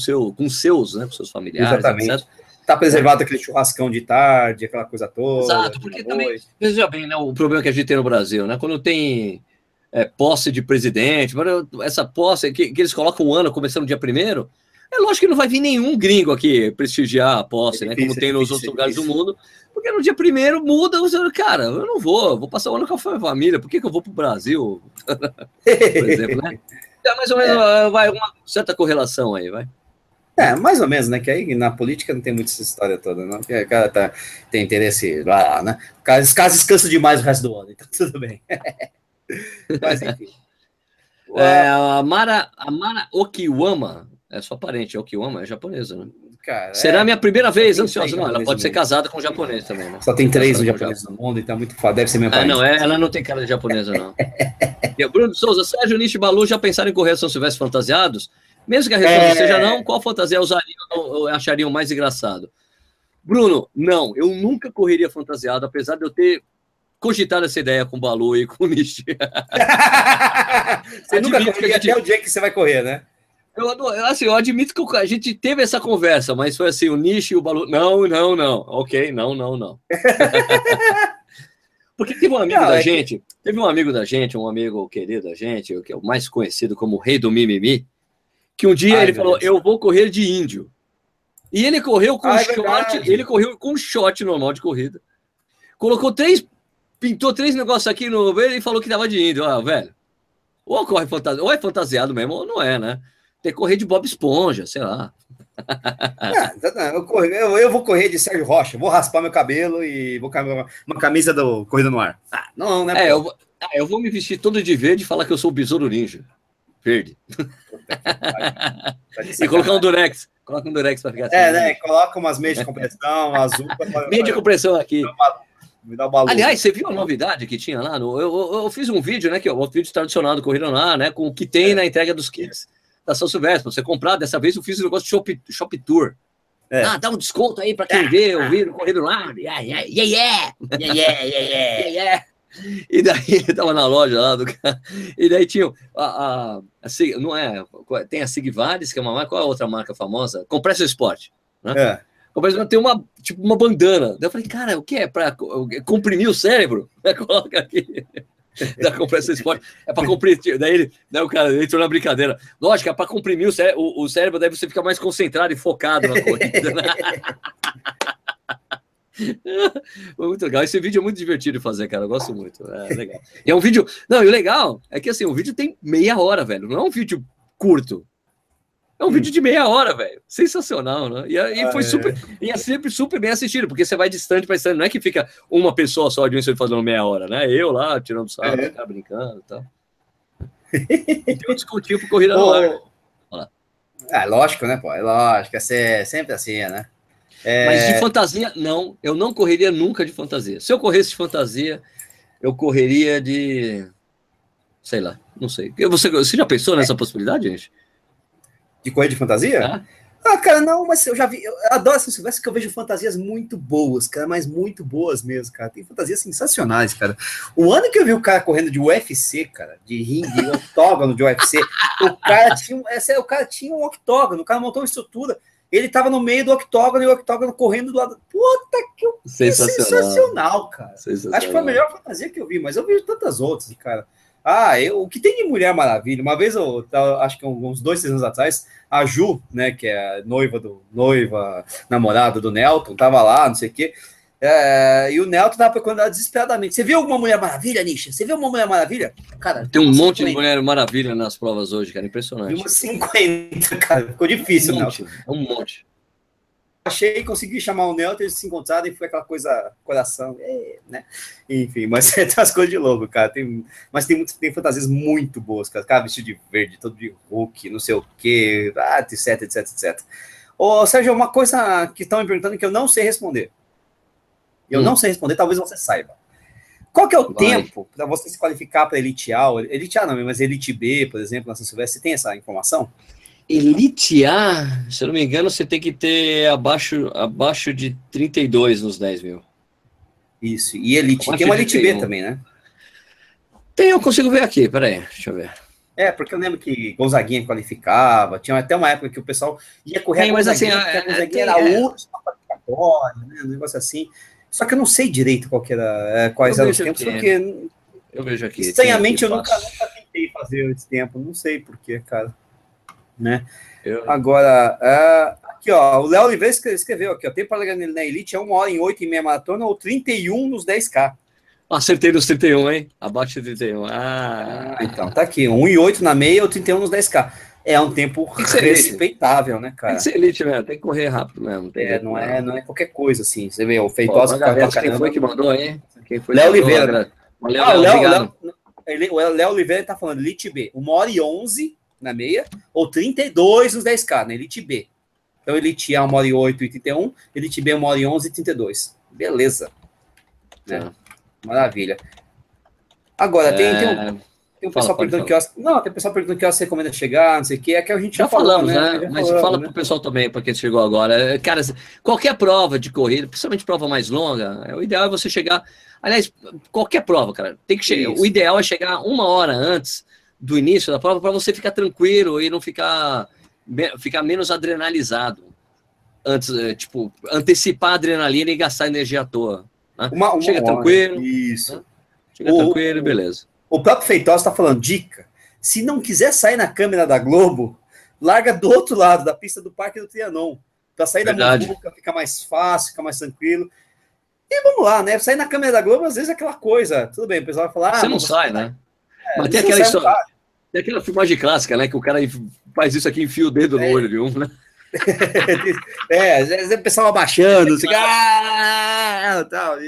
familiares. Exatamente. Etc. Tá preservado aquele churrascão de tarde, aquela coisa toda. Exato, porque também, veja bem, né, o problema que a gente tem no Brasil, né? Quando tem posse de presidente, essa posse que eles colocam um ano começando no dia 1º, é lógico que não vai vir nenhum gringo aqui prestigiar a posse, né? Como tem nos outros lugares do mundo, porque no dia 1º muda, cara, eu não vou passar o ano com a família, por que eu vou pro Brasil? Por exemplo, né? Mais ou menos vai uma certa correlação aí, vai. Mais ou menos, né? Que aí na política não tem muita essa história toda, não. Porque o cara tem interesse lá, né? Os caras descansam demais o resto do ano, então tudo bem. Mas enfim. A Mara Okiwama, é sua parente, Okiwama é japonesa, né? Cara, será a minha primeira vez ansiosa. Não, ela pode ser casada com japonês também, né? Só tem 3 japoneses no mundo, então é muito fácil. Deve ser minha parente. Não, ela não tem cara de japonesa, não. Bruno Souza, Sérgio, Nishi e Balu já pensaram em correr a São Silvestre fantasiados? Mesmo que a resposta seja não, qual fantasia usariam ou achariam mais engraçado? Bruno, não, eu nunca correria fantasiado, apesar de eu ter cogitado essa ideia com o Balu e com o Nishi. Você nunca correria até o dia que você vai correr, né? Eu admito que a gente teve essa conversa, mas foi assim, o Nishi e o Balu, não. Ok, não. Porque teve um amigo da gente, um amigo querido da gente, que é o mais conhecido como o Rei do Mimimi, que um dia ele falou, eu vou correr de índio. E ele correu com um short normal de corrida. Pintou 3 negócios aqui no velho e falou que tava de índio. Velho, ou é fantasiado mesmo, ou não é, né? Tem que correr de Bob Esponja, sei lá. Eu vou correr de Sérgio Rocha, vou raspar meu cabelo e vou com uma camisa do Corrida no Ar. Não, né? Eu vou me vestir todo de verde e falar que eu sou o Besouro Ninja. Verde. E colocar um durex. Coloca um durex para ficar assim. Né? Coloca umas meias de compressão, azul. Meia de compressão aqui. Me dá uma luz. Aliás, você viu a novidade que tinha lá? Eu fiz um vídeo, né? Que é o vídeo tradicional do Corrida no Ar, né? Com o que tem na entrega dos kits da São Silvestre. Pra você comprar, dessa vez eu fiz um negócio de Shop Tour. Dá um desconto aí para quem vê o vídeo Corrida no Ar. Yeah. E daí ele tava na loja lá do cara. E daí tinha tem a Sigvaris, que é uma marca. Qual é a outra marca famosa? Compressor Sport, né? Compressor tem uma bandana. Daí eu falei, cara, o que é? Para comprimir o cérebro? Coloca aqui. Da Compressor Sport. É para comprimir. Daí o cara entrou na brincadeira. Lógico, é para comprimir o cérebro, daí você fica mais concentrado e focado na corrida. Né? Foi muito legal. Esse vídeo é muito divertido de fazer, cara. Eu gosto muito. É legal. E é um vídeo. Não, e o legal é que assim, o vídeo tem meia hora, velho. Não é um vídeo curto. É um vídeo de meia hora, velho. Sensacional, né? E foi super. E é sempre super bem assistido, porque você vai distante para distante. Não é que fica uma pessoa só de um fazendo meia hora, né? Eu lá, tirando sarro, brincando e tal. E tem um descontinho pro Corrida no Ar. Lógico, né, pô? É lógico. É sempre assim, né? Mas de fantasia, não. Eu não correria nunca de fantasia. Se eu corresse de fantasia, eu correria de. Sei lá, não sei. Você já pensou nessa possibilidade, gente? De correr de fantasia? Cara, não, mas eu já vi. Eu adoro essa Silvestre, que eu vejo fantasias muito boas, cara, mas muito boas mesmo, cara. Tem fantasias sensacionais, cara. O ano que eu vi o cara correndo de UFC, cara, de ringue, octógono de UFC, o cara tinha um octógono, o cara montou uma estrutura. Ele tava no meio do octógono e o octógono correndo do lado. Puta que sensacional, cara. Sensacional. Acho que foi a melhor fantasia que eu vi, mas eu vi tantas outras, cara. O que tem de Mulher Maravilha? Uma vez, acho que uns 2, 3 anos atrás, a Ju, né, que é a namorada do Nelton, tava lá, não sei o quê, e o Nelton tava procurando ela desesperadamente. Você viu alguma Mulher Maravilha, Nisha? Você viu uma Mulher Maravilha? Cara, tem um monte de Mulher Maravilha nas provas hoje, cara, impressionante. De umas 50, cara, ficou difícil, Nelton. Um monte. Achei, consegui chamar o Nelton, eles se encontraram e foi aquela coisa, coração, né? Enfim, mas tem umas coisas de louco, cara. Mas tem fantasias muito boas, cara. Cara vestido de verde, todo de Hulk, não sei o quê, etc, etc, etc. Ô, Sérgio, uma coisa que estão me perguntando que eu não sei responder. Eu não sei responder, talvez você saiba. Qual que é o tempo para você se qualificar para Elite A? Elite A não, mas Elite B, por exemplo, na São Silvestre, você tem essa informação? Elite A, se eu não me engano, você tem que ter abaixo de 32 nos 10 mil. Isso, e Elite, tem uma Elite B também, né? Tem, eu consigo ver aqui, peraí, deixa eu ver. Porque eu lembro que Gonzaguinha qualificava, tinha até uma época que o pessoal ia correr mas assim, a Gonzaguinha era a última qualificatória, né, um negócio assim. Só que eu não sei direito quais eram os tempos, porque eu vejo aqui. Estranhamente, eu nunca tentei fazer esse tempo, não sei porquê, cara. Né? Agora, aqui, ó, o Léo Oliveira escreveu aqui, ó, tempo para na Elite é 1 hora em 8 e meia maratona ou 31 nos 10K. Acertei nos 31, hein? Abaixo de 31. Então, tá aqui, 1 e 8 na meia ou 31 nos 10K. É um tempo respeitável, né, cara? Tem que ser Elite mesmo, tem que correr rápido mesmo. Não é qualquer coisa, assim. Você vê, o Feitosa... Quem foi que mandou aí? Léo Oliveira. O Léo Oliveira tá falando Elite B, 1 hora e 11 na meia, ou 32 nos 10K, na Elite B. Então, Elite A, 1 hora e 8 e 31, Elite B, 1 hora e 11 e 32. Beleza. Né? Maravilha. Agora, tem um pessoal perguntando que horas... Não, tem pessoal perguntando que horas você recomenda chegar, não sei o que, é que a gente já falou, né? Mas fala pro pessoal também, para quem chegou agora. Cara, qualquer prova de corrida, principalmente prova mais longa, o ideal é você chegar... Aliás, qualquer prova, cara, tem que chegar. O ideal é chegar 1 hora antes do início da prova para você ficar tranquilo e não ficar menos adrenalizado. Antes, tipo, antecipar a adrenalina e gastar energia à toa. Né? Chega tranquilo. Isso. Né? Chega tranquilo, beleza. O próprio Feitosa está falando, dica, se não quiser sair na câmera da Globo, larga do outro lado, da pista do Parque do Trianon, para sair da muvuca, fica mais fácil, fica mais tranquilo. E vamos lá, né? Sair na câmera da Globo, às vezes é aquela coisa, tudo bem, o pessoal vai falar... Você não sai, né? Mas tem aquela história... Tem aquela filmagem clássica, né? Que o cara faz isso aqui, enfia o dedo no olho de um, né? Às vezes o pessoal abaixando, assim, tal.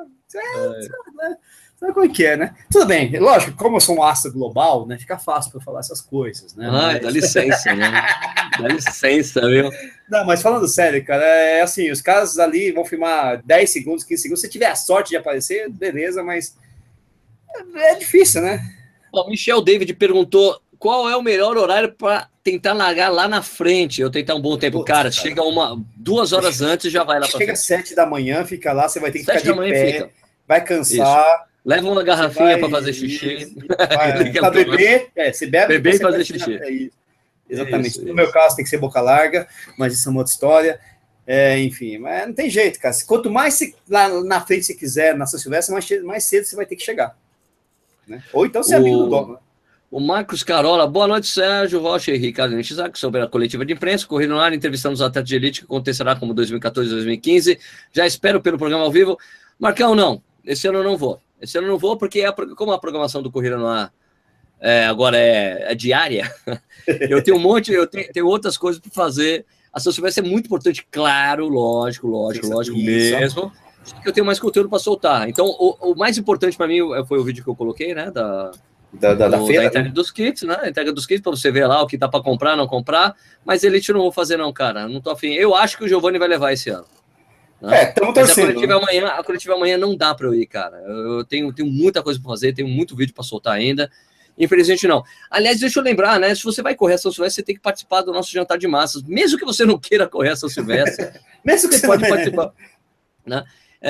Sabe como é que é, né? Tudo bem, lógico, como eu sou um astro global, né? Fica fácil para eu falar essas coisas, né? Dá licença, né? Dá licença, viu? Não, mas falando sério, cara, é assim, os caras ali vão filmar 10 segundos, 15 segundos, se tiver a sorte de aparecer, beleza, mas é difícil, né? O Michel David perguntou qual é o melhor horário para tentar largar lá na frente, eu tentar um bom tempo. Cara, chega 2 horas antes e já vai lá para frente. Chega às 7 da manhã, fica lá, você vai ter que ficar de pé, vai cansar. Isso. Leva uma garrafinha para fazer xixi. Para beber, você bebe e fazer xixi. Exatamente. No meu caso, tem que ser boca larga, mas isso é uma outra história. Enfim, mas não tem jeito, cara. Quanto mais lá na frente você quiser, na São Silvestre, mais cedo você vai ter que chegar. Né? Ou então ser amigo do dono. O Marcos Carola, boa noite, Sérgio Rocha e Ricardo Nishizaki, sobre a coletiva de imprensa. Corrida no ar, entrevistando os atletas de elite que acontecerá como 2014 e 2015. Já espero pelo programa ao vivo. Marcão, não. Esse ano eu não vou. Esse ano eu não vou porque, como a programação do Corrida no Ar agora é diária, eu tenho um monte, tenho outras coisas para fazer. A São Silvestre é muito importante, claro, lógico mesmo. Eu tenho mais conteúdo para soltar. Então, o mais importante para mim foi o vídeo que eu coloquei, né? Da feira, da entrega dos kits, né? A entrega dos kits para você ver lá o que dá para comprar, não comprar. Mas elite eu não vou fazer, não, cara. Não tô afim. Eu acho que o Giovanni vai levar esse ano. Né? Estamos torcendo. A coletiva amanhã não dá para eu ir, cara. Eu tenho muita coisa para fazer, tenho muito vídeo para soltar ainda. Infelizmente não. Aliás, deixa eu lembrar, né? Se você vai correr a São Silvestre, você tem que participar do nosso jantar de massas. Mesmo que você não queira correr a São Silvestre, mesmo que você pode participar. Né?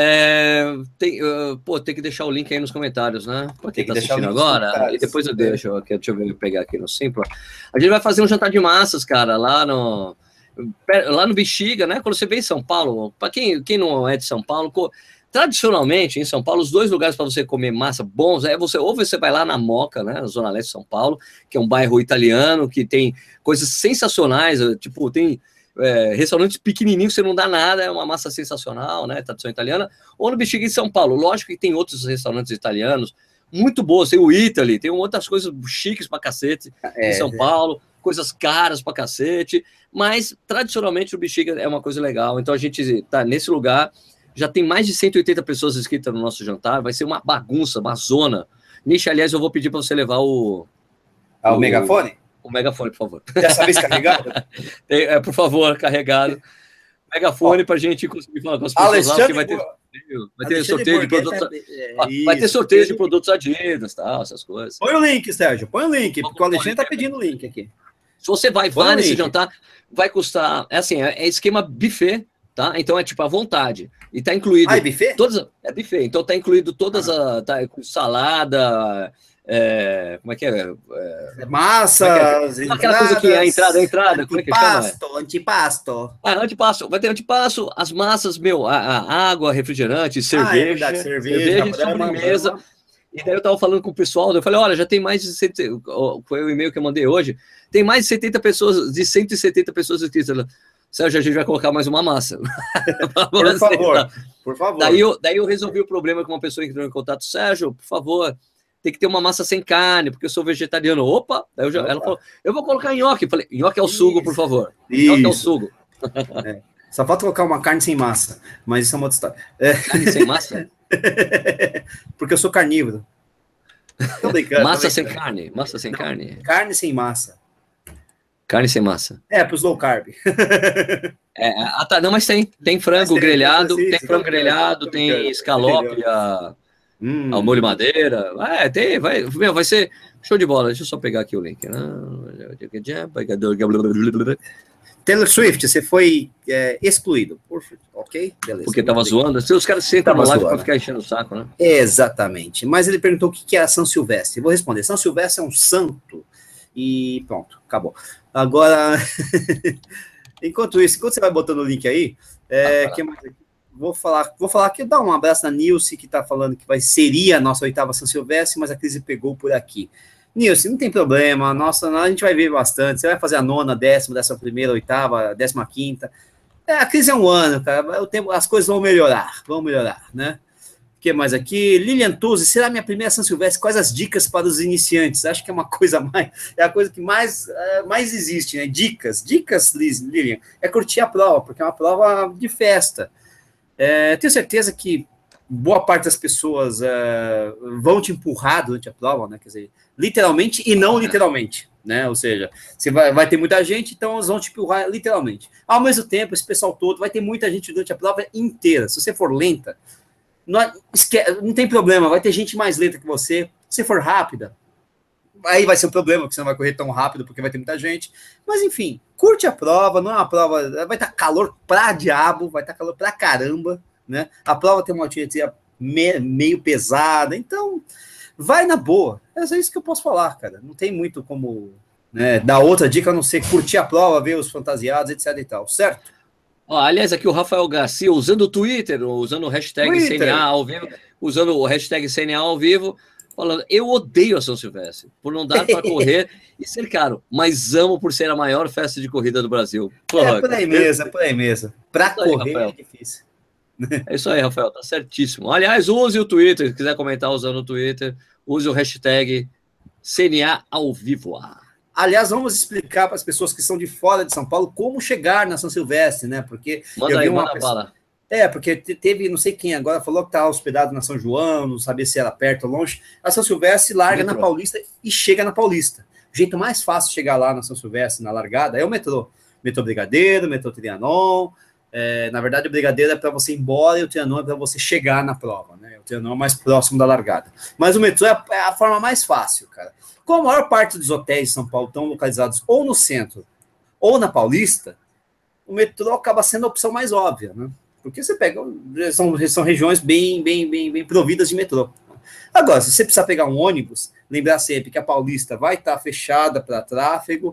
Tem que deixar o link aí nos comentários, né? Pra quem tá assistindo agora, e depois eu deixo aqui, deixa eu pegar aqui no Simpla. A gente vai fazer um jantar de massas, cara, lá no Bexiga, né? Quando você vem em São Paulo, para quem não é de São Paulo, tradicionalmente em São Paulo, os dois lugares para você comer massa bons ou você vai lá na Moca, né? Na Zona Leste de São Paulo, que é um bairro italiano que tem coisas sensacionais, tipo, tem restaurantes pequenininhos, você não dá nada, é uma massa sensacional, né, tradição italiana, ou no Bexiga em São Paulo. Lógico que tem outros restaurantes italianos muito bons, tem o Italy, tem outras coisas chiques pra cacete em São Paulo, coisas caras pra cacete, mas tradicionalmente o Bexiga é uma coisa legal. Então a gente tá nesse lugar, já tem mais de 180 pessoas inscritas no nosso jantar, vai ser uma bagunça, uma zona. Nish, aliás, eu vou pedir para você levar o megafone? O megafone, por favor. Dessa vez carregado? Por favor, carregado. Megafone para a gente conseguir falar com as pessoas lá, porque vai ter sorteio de produtos. Vai ter sorteio de produtos Adidas, tal, essas coisas. Põe o link, Sérgio, põe o link, porque o Alexandre está pedindo o link aqui. Se você vai nesse jantar, vai custar. É esquema buffet, tá? Então é tipo à vontade. E tá incluído. É buffet? É buffet. Então tá incluído todas tá com salada. Como é que é? Massas, aquela coisa que é a entrada, como é que chama? Antipasto. Antipasto. Vai ter antipasto, as massas, a água, refrigerante, cerveja, sobremesa. E daí eu tava falando com o pessoal, eu falei, olha, já tem mais de 70, foi o e-mail que eu mandei hoje, tem mais de 70 pessoas, de 170 pessoas inscritas. Sérgio, a gente vai colocar mais uma massa. Por favor. Daí eu resolvi o problema com uma pessoa que entrou em contato. Sérgio, por favor, tem que ter uma massa sem carne, porque eu sou vegetariano. Opa! Ela falou, eu vou colocar nhoque. Eu falei, nhoque é o sugo, por favor. Nhoque é o sugo. Só falta colocar uma carne sem massa, mas isso é uma outra história. Carne sem massa? Porque eu sou carnívoro. Tô brincando, massa sem carne? Massa sem carne? Carne sem massa. Carne sem massa. Pro slow carb. Não, mas tem frango grelhado, tem frango grelhado, tem escalope, ao molho madeira. Vai ser show de bola. Deixa eu só pegar aqui o link. Taylor Swift, você foi excluído. Ok? Beleza. Porque tava zoando. Os caras sentam na live para ficar enchendo o saco, né? Exatamente. Mas ele perguntou o que é a São Silvestre. Eu vou responder. São Silvestre é um santo. E pronto, acabou. Agora, enquanto você vai botando o link aí, vou falar aqui, dar um abraço na Nilce, que está falando que seria a nossa 8ª São Silvestre, mas a crise pegou por aqui. Nilce, não tem problema, a gente vai ver bastante, você vai fazer a 9ª, 10ª, 11ª, 8ª, 15ª. A crise é um ano, cara, as coisas vão melhorar, né? O que mais aqui? Lilian Tuzzi, será minha primeira São Silvestre? Quais as dicas para os iniciantes? Acho que é uma coisa a coisa que mais existe, né? Dicas, Lilian, é curtir a prova, porque é uma prova de festa. Tenho certeza que boa parte das pessoas vão te empurrar durante a prova, né? Quer dizer, literalmente e não literalmente, né? Ou seja, você vai ter muita gente, então eles vão te empurrar literalmente. Ao mesmo tempo, esse pessoal todo vai ter muita gente durante a prova inteira. Se você for lenta, não tem problema, vai ter gente mais lenta que você. Se for rápida, aí vai ser um problema, porque você não vai correr tão rápido, porque vai ter muita gente. Mas, enfim, curte a prova, não é uma prova... Vai estar calor pra diabo, vai estar calor pra caramba, né? A prova tem uma altimetria meio pesada, então vai na boa. É isso que eu posso falar, cara. Não tem muito como dar outra dica, a não ser curtir a prova, ver os fantasiados, etc e tal, certo? Aliás, aqui o Rafael Garcia, usando o Twitter, usando o hashtag CNA ao vivo, usando o hashtag CNA ao vivo, falando, eu odeio a São Silvestre, por não dar para correr e ser caro, mas amo por ser a maior festa de corrida do Brasil. Porra, por aí mesmo, é por aí mesmo. Para correr Rafael. É difícil. É isso aí, Rafael, tá certíssimo. Aliás, use o Twitter, se quiser comentar usando o Twitter, use o hashtag CNA ao vivo. Aliás, vamos explicar para as pessoas que são de fora de São Paulo como chegar na São Silvestre, né? Porque manda aí, manda bala. Porque teve, não sei quem agora, falou que tá hospedado na São João, não sabia se era perto ou longe. A São Silvestre larga na Paulista e chega na Paulista. O jeito mais fácil de chegar lá na São Silvestre, na largada, é o metrô. Metrô Brigadeiro, metrô Trianon. Na verdade, o Brigadeiro é para você ir embora e o Trianon é para você chegar na prova, né? O Trianon é mais próximo da largada. Mas o metrô é a forma mais fácil, cara. Como a maior parte dos hotéis de São Paulo estão localizados ou no centro ou na Paulista, o metrô acaba sendo a opção mais óbvia, né? Porque você pega, são regiões bem providas de metrô. Agora, se você precisar pegar um ônibus, lembrar sempre que a Paulista vai estar fechada para tráfego.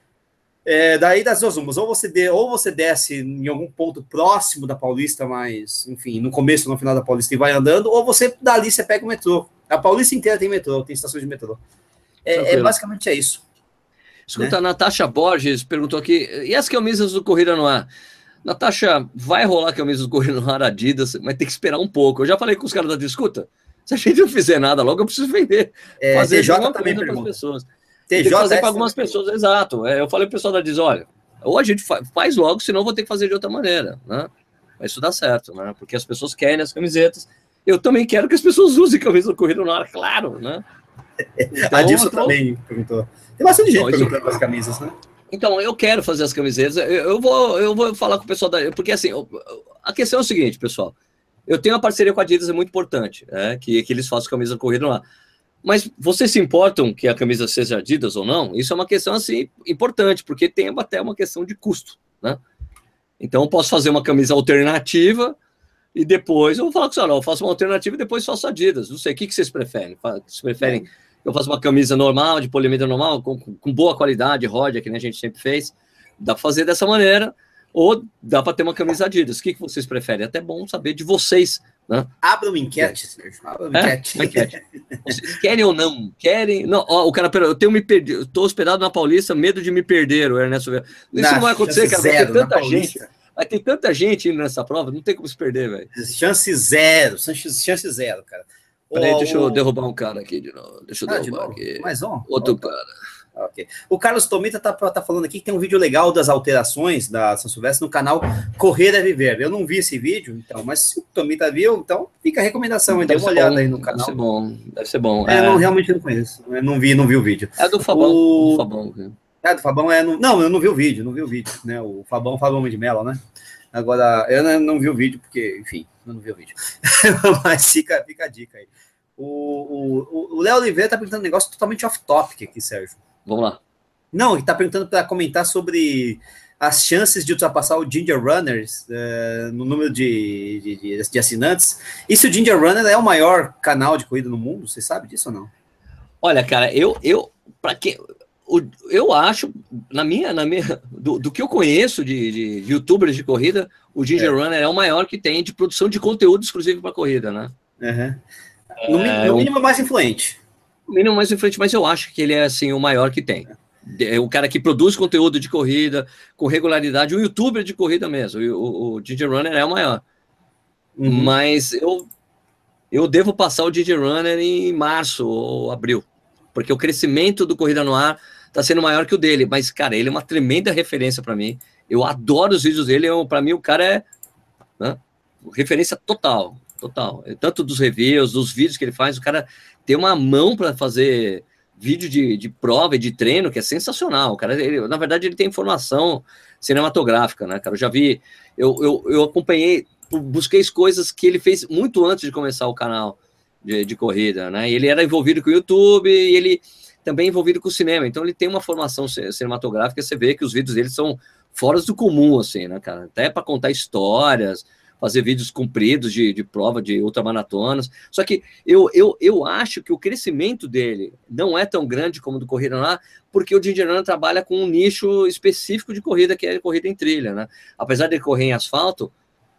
Daí das duas umas, ou você desce em algum ponto próximo da Paulista, mas, enfim, no começo, no final da Paulista e vai andando, ou dali você pega o metrô. A Paulista inteira tem metrô, tem estações de metrô. Basicamente é isso. Escuta, né? A Natasha Borges perguntou aqui, e as camisas do Corrida no Ar? Natasha, vai rolar camisas do Corrida no Ar Adidas, mas tem que esperar um pouco. Eu já falei com os caras da Discuta, se a gente não fizer nada logo, eu preciso vender. Fazer TJ também para as pessoas. Tem que fazer para algumas pessoas, exato. Eu falei pro pessoal da Diz, olha, ou a gente faz logo, senão eu vou ter que fazer de outra maneira, né? Mas isso dá certo, né? Porque as pessoas querem as camisetas. Eu também quero que as pessoas usem camisa do Corrida no Ar, claro, né? Então, a Dilson também perguntou. Tem bastante gente perguntando as camisas, né? Então, eu quero fazer as camisetas. Eu vou falar com o pessoal da... Porque, assim, a questão é o seguinte, pessoal. Eu tenho uma parceria com a Adidas, é muito importante, que eles façam camisa do Corrida no Ar. Mas vocês se importam que a camisa seja Adidas ou não? Isso é uma questão, assim, importante, porque tem até uma questão de custo, né? Então, eu posso fazer uma camisa alternativa e depois eu vou falar com o senhor, eu faço uma alternativa e depois faço Adidas. Não sei, o que vocês preferem? Vocês preferem que eu faça uma camisa normal, de poliamida normal, com boa qualidade, Rodia, que nem a gente sempre fez? Dá para fazer dessa maneira, ou dá para ter uma camisa Adidas. O que vocês preferem? É até bom saber de vocês, né? Abra uma enquete, Sérgio. Abra uma enquete. Vocês querem ou não? Querem? Não, o cara, eu estou hospedado na Paulista, medo de me perder, o Ernesto. Isso não vai acontecer, cara. Vai ter tanta gente. Vai ter tanta gente indo nessa prova, não tem como se perder, velho. Chance zero, cara. Peraí, deixa eu derrubar um cara aqui de novo. Deixa eu derrubar aqui. Mais um? Outro cara. Okay. O Carlos Tomita tá falando aqui que tem um vídeo legal das alterações da São Silvestre no canal Correr é Viver. Eu não vi esse vídeo, então, mas se o Tomita viu, então fica a recomendação. Dê uma olhada aí no canal. Deve ser bom. Eu realmente não conheço. Eu não vi o vídeo. É do Fabão. Do Fabão não, eu não vi o vídeo, né? O Fabão de Mello, né? Agora, eu não vi o vídeo, porque, enfim, eu não vi o vídeo. Mas fica a dica aí. O Léo Oliveira tá perguntando um negócio totalmente off-topic aqui, Sérgio. Vamos lá. Não, ele está perguntando para comentar sobre as chances de ultrapassar o Ginger Runners no número de assinantes. E se o Ginger Runner é o maior canal de corrida no mundo? Você sabe disso ou não? Olha, cara, eu acho, do que eu conheço de youtubers de corrida, o Ginger Runner é o maior que tem de produção de conteúdo exclusivo para corrida, né? No mínimo mais influente. O mínimo mais influente, mas eu acho que ele é assim o maior que tem. É o cara que produz conteúdo de corrida com regularidade, o youtuber de corrida mesmo. O Ginger Runner é o maior. Mas eu devo passar o Ginger Runner em março ou abril, porque o crescimento do Corrida no Ar está sendo maior que o dele. Mas, cara, ele é uma tremenda referência para mim. Eu adoro os vídeos dele. Para mim, o cara é referência total. Tanto dos reviews, dos vídeos que ele faz, o cara tem uma mão para fazer vídeo de prova e de treino que é sensacional. O cara, na verdade, ele tem informação cinematográfica, né, cara? Eu já vi, eu acompanhei, busquei as coisas que ele fez muito antes de começar o canal de corrida, né? Ele era envolvido com o YouTube e ele também envolvido com o cinema, então ele tem uma formação cinematográfica. Você vê que os vídeos dele são fora do comum, assim, né, cara? Até para contar histórias, fazer vídeos compridos de prova de ultramaratonas. Só que eu acho que o crescimento dele não é tão grande como o do Corrida no Ar, porque o Ginger Runner trabalha com um nicho específico de corrida, que é corrida em trilha, né? Apesar de ele correr em asfalto,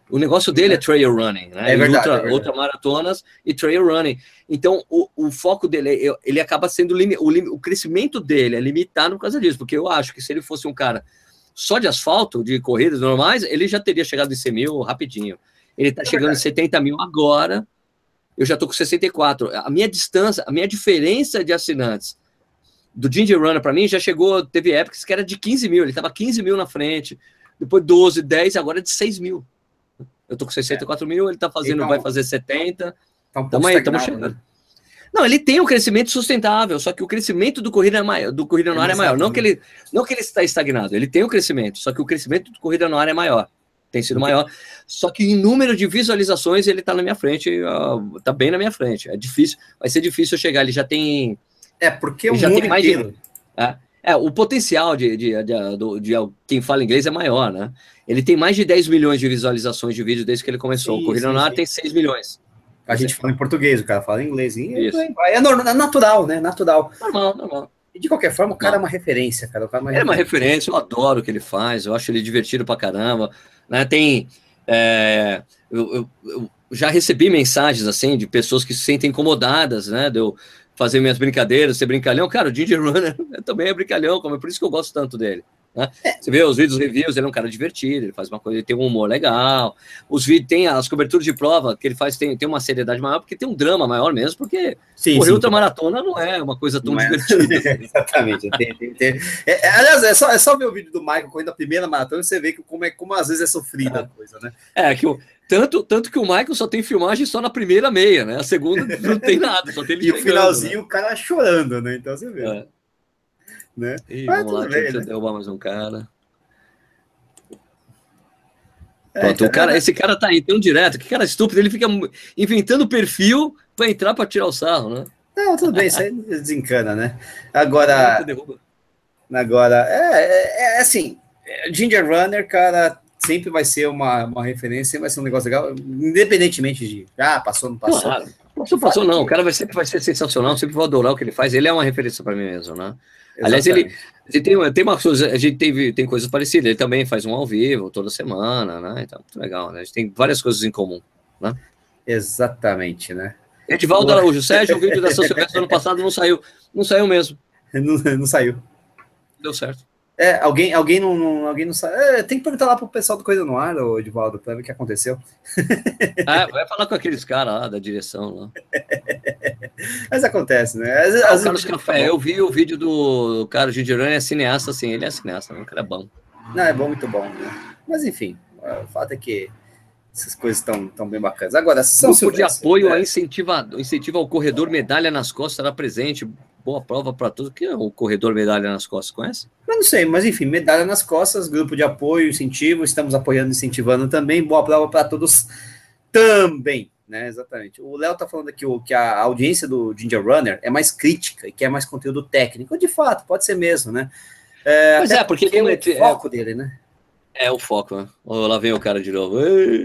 O negócio dele é trail running, né? É verdade, Ultramaratonas e trail running. Então, o foco dele, ele acaba sendo o crescimento dele é limitado por causa disso, porque eu acho que se ele fosse um cara só de asfalto, de corridas normais, ele já teria chegado em 100 mil rapidinho. Ele está chegando em 70 mil agora, eu já estou com 64. A minha distância, a minha diferença de assinantes do Ginger Runner para mim já chegou, teve épocas que era de 15 mil, ele estava 15 mil na frente, depois 12, 10, agora é de 6 mil. Eu tô com 64 mil, ele tá fazendo, então, vai fazer 70. Estamos chegando. Né? Não, ele tem um crescimento sustentável, só que o crescimento do corrida no ar é maior. Não que ele está estagnado, ele tem um crescimento, só que o crescimento do corrida no ar é maior. Tem sido maior. Só que em número de visualizações ele tá na minha frente, tá bem na minha frente. É difícil, vai ser difícil eu chegar, ele já tem... porque já tem mais de... o potencial de quem fala inglês é maior, né? Ele tem mais de 10 milhões de visualizações de vídeo desde que ele começou. O Corrida no Ar tem 6 milhões. A gente fala em português, o cara fala em inglês. É natural, né? Natural. Normal. E de qualquer forma, o cara é uma referência, cara. É uma referência, eu adoro o que ele faz, eu acho ele divertido pra caramba. Né? Eu já recebi mensagens assim de pessoas que se sentem incomodadas, né? De eu fazer minhas brincadeiras, ser brincalhão. Cara, o Ginger Runner também é brincalhão, é por isso que eu gosto tanto dele. Né? Você vê os vídeos reviews, ele é um cara divertido, ele faz uma coisa, ele tem um humor legal. Os vídeos, tem as coberturas de prova que ele faz, tem uma seriedade maior, porque tem um drama maior mesmo, porque correr ultramaratona não é uma coisa tão divertida. Exatamente. Aliás, é só ver o vídeo do Michael correndo a primeira maratona, você vê que como às vezes é sofrida a coisa, né? Tanto que o Michael só tem filmagem só na primeira meia, né? A segunda não tem nada, só tem ele e chegando, o finalzinho, né? O cara chorando, né? Então você vê. Né? Vamos lá, deixa eu derrubar mais um cara. Pronto, esse cara tá aí, tem um direto, que cara estúpido, ele fica inventando perfil para entrar para tirar o sarro, né? Não, tudo bem, isso aí desencana, né? Agora, assim, Ginger Runner, cara, sempre vai ser uma referência, vai ser um negócio legal, independentemente de, passou, não passou. Claro. Passou não, o cara sempre vai ser sensacional, sempre vou adorar o que ele faz, ele é uma referência para mim mesmo, né? Exatamente. Aliás, ele tem uma coisa, a gente tem coisas parecidas, ele também faz um ao vivo toda semana, né? Então, muito legal, né? A gente tem várias coisas em comum, né? Exatamente, né? Edivaldo Araújo, Sérgio, o vídeo da São Silvestre do ano passado não saiu mesmo. Não saiu. Deu certo. Alguém não sabe. Tem que perguntar lá pro pessoal do Coisa no Ar, Edivaldo, para ver o que aconteceu. Vai falar com aqueles caras lá da direção lá. Mas acontece, né? O Carlos Café, eu vi o vídeo do cara Ginger Runner, é cineasta, assim, ele é cineasta, né? O cara é bom. Não, é bom, muito bom, né? Mas enfim, o fato é que essas coisas estão bem bacanas. Agora, grupo de apoio incentiva ao corredor medalha nas costas, estará presente. Boa prova para todos. O que é o corredor medalha nas costas? Conhece? Eu não sei, mas enfim, medalha nas costas, grupo de apoio, incentivo, estamos apoiando, incentivando também. Boa prova para todos também, né? Exatamente. O Léo tá falando aqui que a audiência do Ginger Runner é mais crítica e quer mais conteúdo técnico. De fato, pode ser mesmo, né? Porque é o foco dele, né? É o foco, né? Lá vem o cara de novo.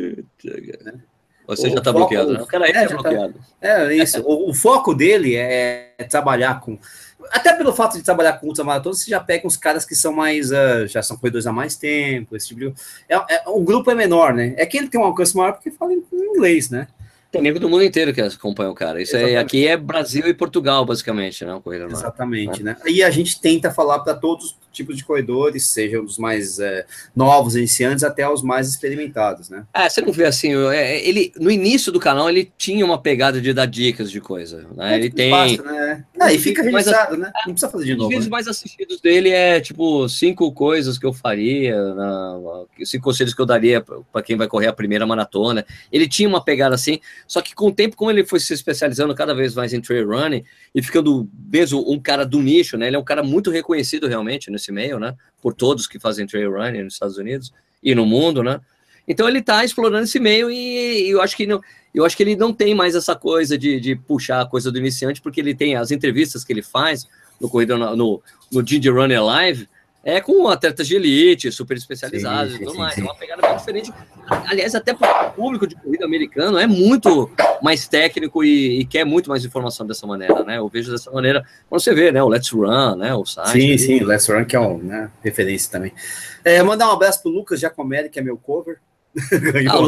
Você já tá bloqueado, né? O cara aí tá bloqueado. Isso. O foco dele é trabalhar com... Até pelo fato de trabalhar com ultramaratona, você já pega uns caras que são mais... já são corredores há mais tempo, esse tipo de... o grupo é menor, né? É que ele tem um alcance maior porque fala em inglês, né? Tem nego do mundo inteiro que acompanha o cara. Isso aqui é Brasil e Portugal, basicamente, né? Corrida no Ar. Exatamente, né? E a gente tenta falar para todos os tipos de corredores, sejam dos mais novos, iniciantes, até os mais experimentados, né? Você não vê assim, ele no início do canal ele tinha uma pegada de dar dicas de coisa, né? Ele tem... Passa, né? E fica registrado, né? Não precisa fazer de novo. Os vídeos mais assistidos dele é, tipo, 5 coisas que eu faria, 5 conselhos que eu daria para quem vai correr a primeira maratona. Ele tinha uma pegada assim, só que com o tempo, como ele foi se especializando cada vez mais em trail running e ficando mesmo um cara do nicho, né? Ele é um cara muito reconhecido realmente nesse meio, né? Por todos que fazem trail running nos Estados Unidos e no mundo, né? Então ele tá explorando esse meio e eu acho que ele não tem mais essa coisa de puxar a coisa do iniciante, porque ele tem as entrevistas que ele faz no Ginger Runner Live, com atletas de elite, super especializados e tudo mais. É uma pegada bem diferente. Aliás, até para o público de corrida americano, é muito mais técnico e quer muito mais informação dessa maneira, né? Eu vejo dessa maneira, quando você vê, né? O Let's Run, né? O site. Sim, o Let's Run, que é referência também. Mandar um abraço pro Lucas Giacomelli, que é meu cover. Ganhou.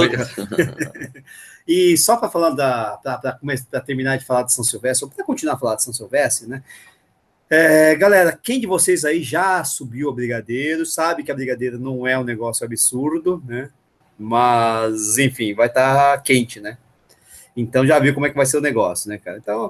E só para falar para terminar de falar de São Silvestre, ou para continuar a falar de São Silvestre, né? Galera, quem de vocês aí já subiu a Brigadeiro, sabe que a Brigadeiro não é um negócio absurdo, né? Mas, enfim, vai estar quente, né? Então já viu como é que vai ser o negócio, né, cara? Então,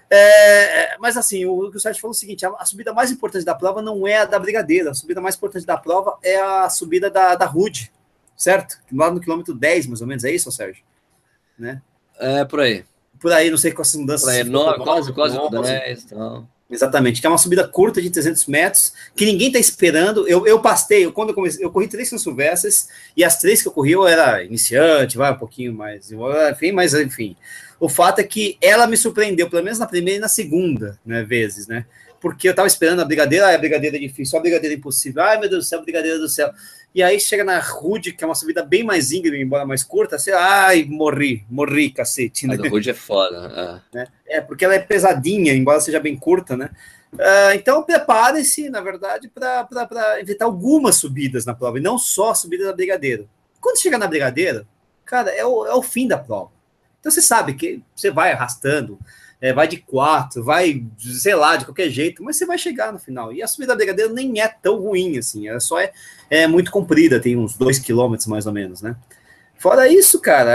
mas assim, o que o Sérgio falou é o seguinte, a subida mais importante da prova não é a da Brigadeiro, a subida mais importante da prova é a subida da Rude, certo? Lá no quilômetro 10, mais ou menos, é isso, Sérgio? Né? Por aí. Por aí, não sei quais mudanças. Por aí, quase 10, então. Exatamente, que é uma subida curta de 300 metros, que ninguém está esperando. Quando eu comecei, eu corri 3 São Silvestres, e as 3 que eu corri, eu era iniciante, vai um pouquinho mais, enfim. O fato é que ela me surpreendeu, pelo menos na primeira e na segunda, né, vezes, né? Porque eu estava esperando a Brigadeira, a Brigadeira é difícil, a Brigadeira é impossível, ai meu Deus do céu, Brigadeira do céu. E aí chega na Rude, que é uma subida bem mais íngreme, embora mais curta, você, morri, cacete. Né? A Rude é foda. Porque ela é pesadinha, embora seja bem curta, né? Então prepare-se, na verdade, para evitar algumas subidas na prova, e não só a subida da Brigadeiro. Quando chega na Brigadeiro, cara, é o fim da prova. Então você sabe que você vai arrastando, vai de 4, vai, sei lá, de qualquer jeito, mas você vai chegar no final. E a subida da Brigadeiro nem é tão ruim assim, ela só é muito comprida, tem uns 2 quilômetros mais ou menos, né? Fora isso, cara,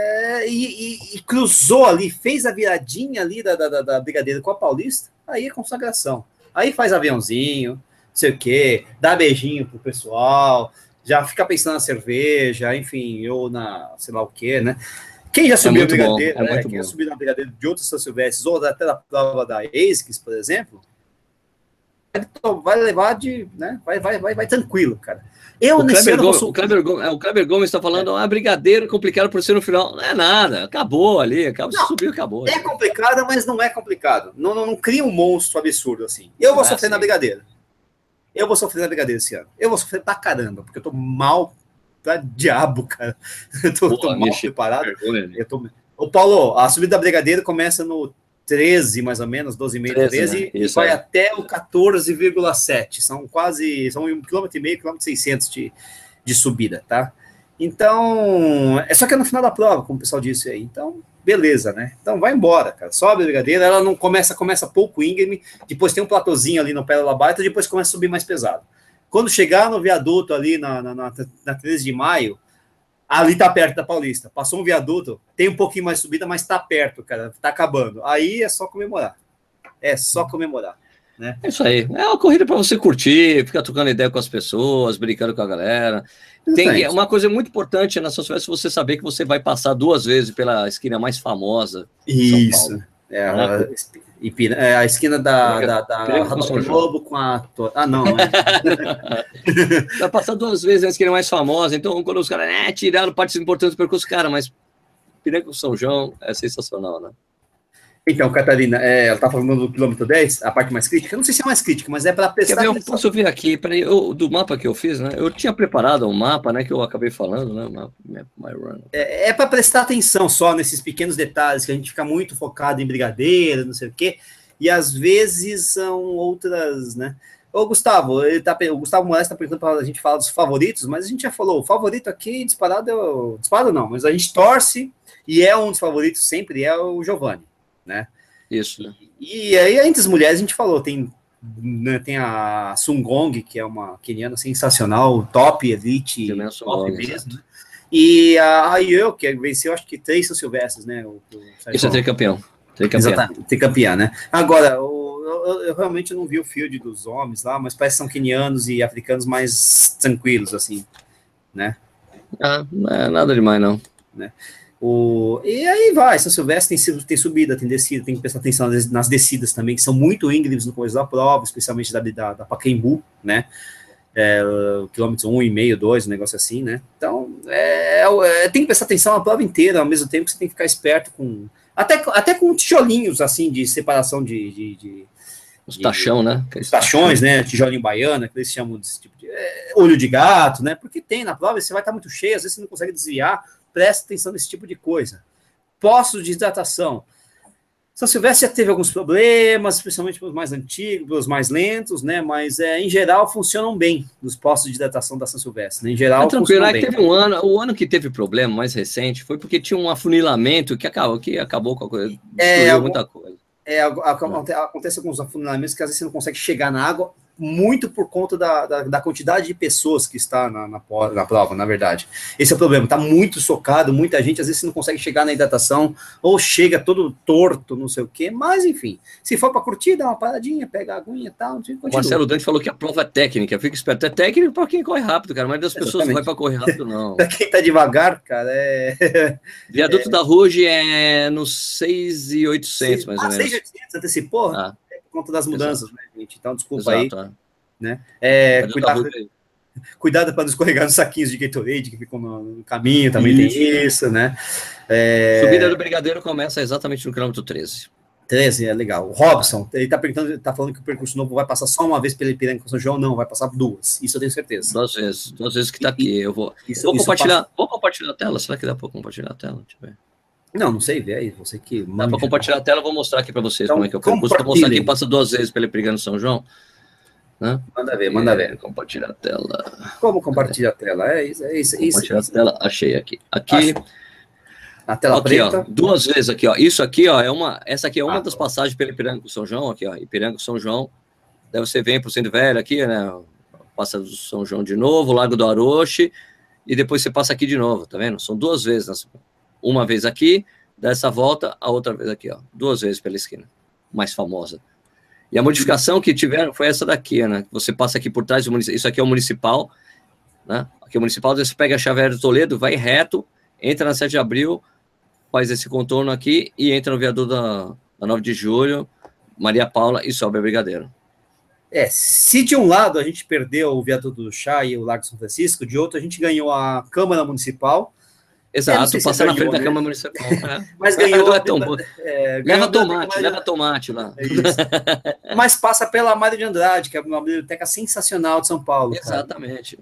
e cruzou ali, fez a viradinha ali da Brigadeiro com a Paulista, aí é consagração. Aí faz aviãozinho, não sei o quê, dá beijinho pro pessoal, já fica pensando na cerveja, enfim, ou na sei lá o quê, né? Quem já subiu a Brigadeiro, quem já subiu na Brigadeiro de outros São Silvestres, ou até da prova da ASICS, por exemplo, vai levar né? Vai tranquilo, cara. O Kleber Gomes está falando, Brigadeiro complicado por ser no final. Não é nada, acabou ali, subiu, acabou. É complicado, mas não é complicado. Não cria um monstro absurdo assim. Eu vou sofrer na Brigadeiro. Eu vou sofrer na Brigadeiro esse ano. Eu vou sofrer pra caramba, porque eu tô mal pra diabo, cara. Eu tô mal preparado. Ô, Paulo, a subida da Brigadeiro começa no 13, mais ou menos, 12,5, 13, né? E vai até o 14,7. São 1,5 km, 1,6 km de subida, tá? Então, só que é no final da prova, como o pessoal disse aí. Então, beleza, né? Então, vai embora, cara. Sobe a Brigadeiro, ela não começa pouco íngreme, depois tem um platôzinho ali no pé da Labaita, depois começa a subir mais pesado. Quando chegar no viaduto ali na 13 de maio, ali tá perto da Paulista. Passou um viaduto, tem um pouquinho mais de subida, mas tá perto, cara. Tá acabando. Aí é só comemorar. Né? É isso aí. É uma corrida para você curtir, ficar trocando ideia com as pessoas, brincando com a galera. Tem uma coisa muito importante na São Silvestre, você saber que você vai passar 2 vezes pela esquina mais famosa de São Paulo. A esquina da Globo com a... não. Vai passar 2 vezes na esquina mais famosa, então quando os caras tiraram partes importantes do percurso, cara, mas Piranga com São João é sensacional, né? Então, Catarina, ela tá falando do quilômetro 10, a parte mais crítica. Eu não sei se é mais crítica, mas é para prestar atenção. Eu posso ver aqui, peraí, do mapa que eu fiz, né? Eu tinha preparado um mapa, né, que eu acabei falando, né? My Run. É para prestar atenção só nesses pequenos detalhes, que a gente fica muito focado em Brigadeiro, não sei o quê, e às vezes são outras, né? Ô, Gustavo, o Gustavo Moraes está perguntando para a gente falar dos favoritos, mas a gente já falou, o favorito aqui, disparado não, mas a gente torce, e é um dos favoritos sempre, é o Giovanni. Né? Isso, né? E aí, entre as mulheres, a gente falou, tem a Sungong, que é uma queniana sensacional, top, elite, top mesmo, né? E a Rayo, que venceu, acho que 3 São Silvestres, né? Isso é tricampeão. Exatamente, tricampeã, né? Agora, eu realmente não vi o field dos homens lá, mas parece que são quenianos e africanos mais tranquilos, assim, né? Não é nada demais, não. Né? E aí vai, São Silvestre tem subida, tem descida, tem que prestar atenção nas descidas também, que são muito íngremes no começo da prova, especialmente da Pacaembu, né? Quilômetro 1,5, 2, um negócio assim, né? Então, tem que prestar atenção na prova inteira, ao mesmo tempo que você tem que ficar esperto com... Até com tijolinhos, assim, de separação os tachão, né? Os tachões, né? Tijolinho baiana, que eles chamam desse tipo de... olho de gato, né? Porque tem na prova, você vai estar muito cheio, às vezes você não consegue desviar. Presta atenção nesse tipo de coisa. Postos de hidratação. São Silvestre já teve alguns problemas, especialmente pelos mais antigos, pelos mais lentos, né? Mas em geral funcionam bem os postos de hidratação da São Silvestre. Né? Em geral, tranquilo, que teve o ano que teve problema mais recente foi porque tinha um afunilamento que acabou com a coisa, destruiu muita coisa. Acontece alguns afunilamentos que às vezes você não consegue chegar na água, muito por conta da quantidade de pessoas que está na prova, na verdade. Esse é o problema, está muito socado, muita gente, às vezes você não consegue chegar na hidratação, ou chega todo torto, não sei o quê, mas enfim, se for para curtir, dá uma paradinha, pega a aguinha e tal, continua. O Marcelo Dante falou que a prova é técnica, fica esperto, é técnico para quem corre rápido, cara, mas das pessoas não vai para correr rápido, não. Para quem está devagar, cara, Viaduto da Ruge é nos 6.800, mais ou menos. 6.800, antecipou? Por conta das mudanças, né, gente? Então, desculpa aí. Né? Cuidado para não escorregar nos saquinhos de Gatorade que ficam no caminho, também tem isso, né? Subida do Brigadeiro começa exatamente no quilômetro 13. 13, é legal. O Robson, ele tá falando que o percurso novo vai passar só uma vez pela Ipiranga com São João, não, vai passar 2, isso eu tenho certeza. 2 vezes que tá aqui, eu vou compartilhar a tela, será que dá para compartilhar a tela? Deixa eu ver. Não sei, vê aí, você que manda. Dá para compartilhar a tela, eu vou mostrar aqui para vocês como é que é o percurso, vou mostrar quem passa 2 vezes pela Ipiranga no São João. Né? Manda ver. Compartilhar a tela. Como compartilhar a tela? É isso. Compartilhar a tela, achei aqui. A tela aqui, preta. Ó, 2 vezes aqui, ó. Isso aqui, ó, essa aqui é uma das passagens pelo Ipiranga com São João, aqui, ó, Ipiranga com São João. Daí você vem para o Centro Velho aqui, né? Passa do São João de novo, Lago do Aroche, e depois você passa aqui de novo, tá vendo? São 2 vezes, uma vez aqui, dá essa volta, a outra vez aqui, ó. 2 vezes pela esquina, mais famosa. E a modificação que tiveram foi essa daqui, né? Você passa aqui por trás do municipal, isso aqui é o municipal, né? Aqui é o municipal, você pega a Xavier do Toledo, vai reto, entra na 7 de abril, faz esse contorno aqui e entra no viaduto da 9 de julho, Maria Paula e sobe a Brigadeiro. Se de um lado a gente perdeu o viaduto do Chá e o Lago São Francisco, de outro a gente ganhou a Câmara Municipal. Exato, passar na frente da Câmara Municipal. Mas ganhou. Não é tão bom. Leva tomate lá. Mas passa pela Mário de Andrade, que é uma biblioteca sensacional de São Paulo. Exatamente.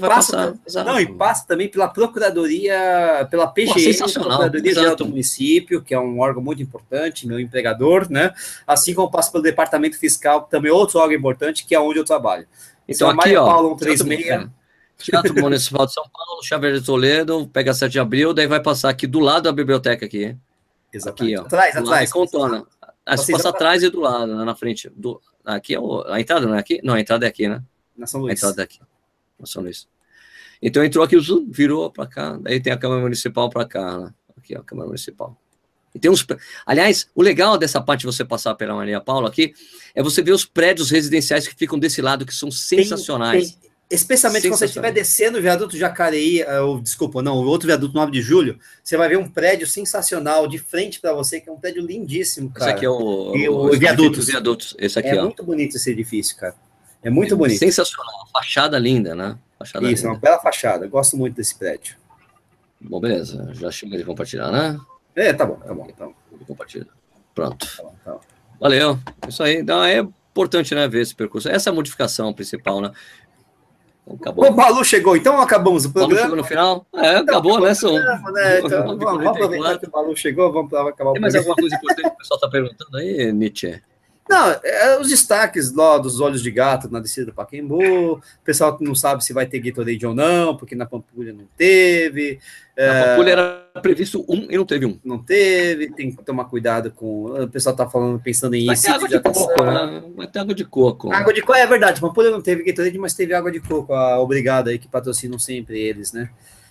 E passa também pela Procuradoria, pela PGM, Procuradoria Geral do Município, que é um órgão muito importante, meu empregador, né? Assim como passa pelo Departamento Fiscal, também outro órgão importante, que é onde eu trabalho. Então aqui, ó. Paulo 136. Teatro Municipal de São Paulo, Xavier de Toledo, pega 7 de abril, daí vai passar aqui do lado da biblioteca aqui. Exatamente. Aqui, ó. Atrás. Contorna. Você passa atrás e do lado, né, na frente. Aqui é a entrada, não é aqui? Não, a entrada é aqui, né? Na São Luís. A entrada é aqui. Na São Luís. Então entrou aqui, virou para cá, daí tem a Câmara Municipal para cá, né? Aqui, ó, a Câmara Municipal. E tem uns... Aliás, o legal dessa parte de você passar pela Maria Paula aqui é você ver os prédios residenciais que ficam desse lado, que são sensacionais. Especialmente quando você estiver descendo o viaduto Jacareí, o outro viaduto 9 de julho, você vai ver um prédio sensacional de frente para você, que é um prédio lindíssimo, cara. Esse aqui é o viadutos. Esse aqui, ó. Muito bonito esse edifício, cara. É muito bonito. Sensacional. Fachada linda, né? Fachada linda. Uma bela fachada. Eu gosto muito desse prédio. Bom, beleza. Já chega de compartilhar, né? Tá bom. Vou compartilhar. Pronto. Tá bom. Valeu. Isso aí. Então, é importante, né, ver esse percurso. Essa é a modificação principal, né? Acabou. O Balu chegou, então acabamos o programa. Chegou no final? Acabou, né, Som? Então, vamos aproveitar que o Balu chegou, vamos acabar o programa. Tem mais alguma coisa importante que o pessoal está perguntando aí, Nietzsche? Não, os destaques lá dos olhos de gato na descida do Pacaembu, o pessoal que não sabe se vai ter Gatorade ou não, porque na Pampulha não teve. Na Pampulha era previsto 1 e não teve 1. Não teve, tem que tomar cuidado com... O pessoal está pensando em isso. Água de coco, né? Vai ter água de coco. Água de coco, é verdade, Pampulha não teve Gatorade, mas teve água de coco, obrigado aí que patrocinam sempre eles, né?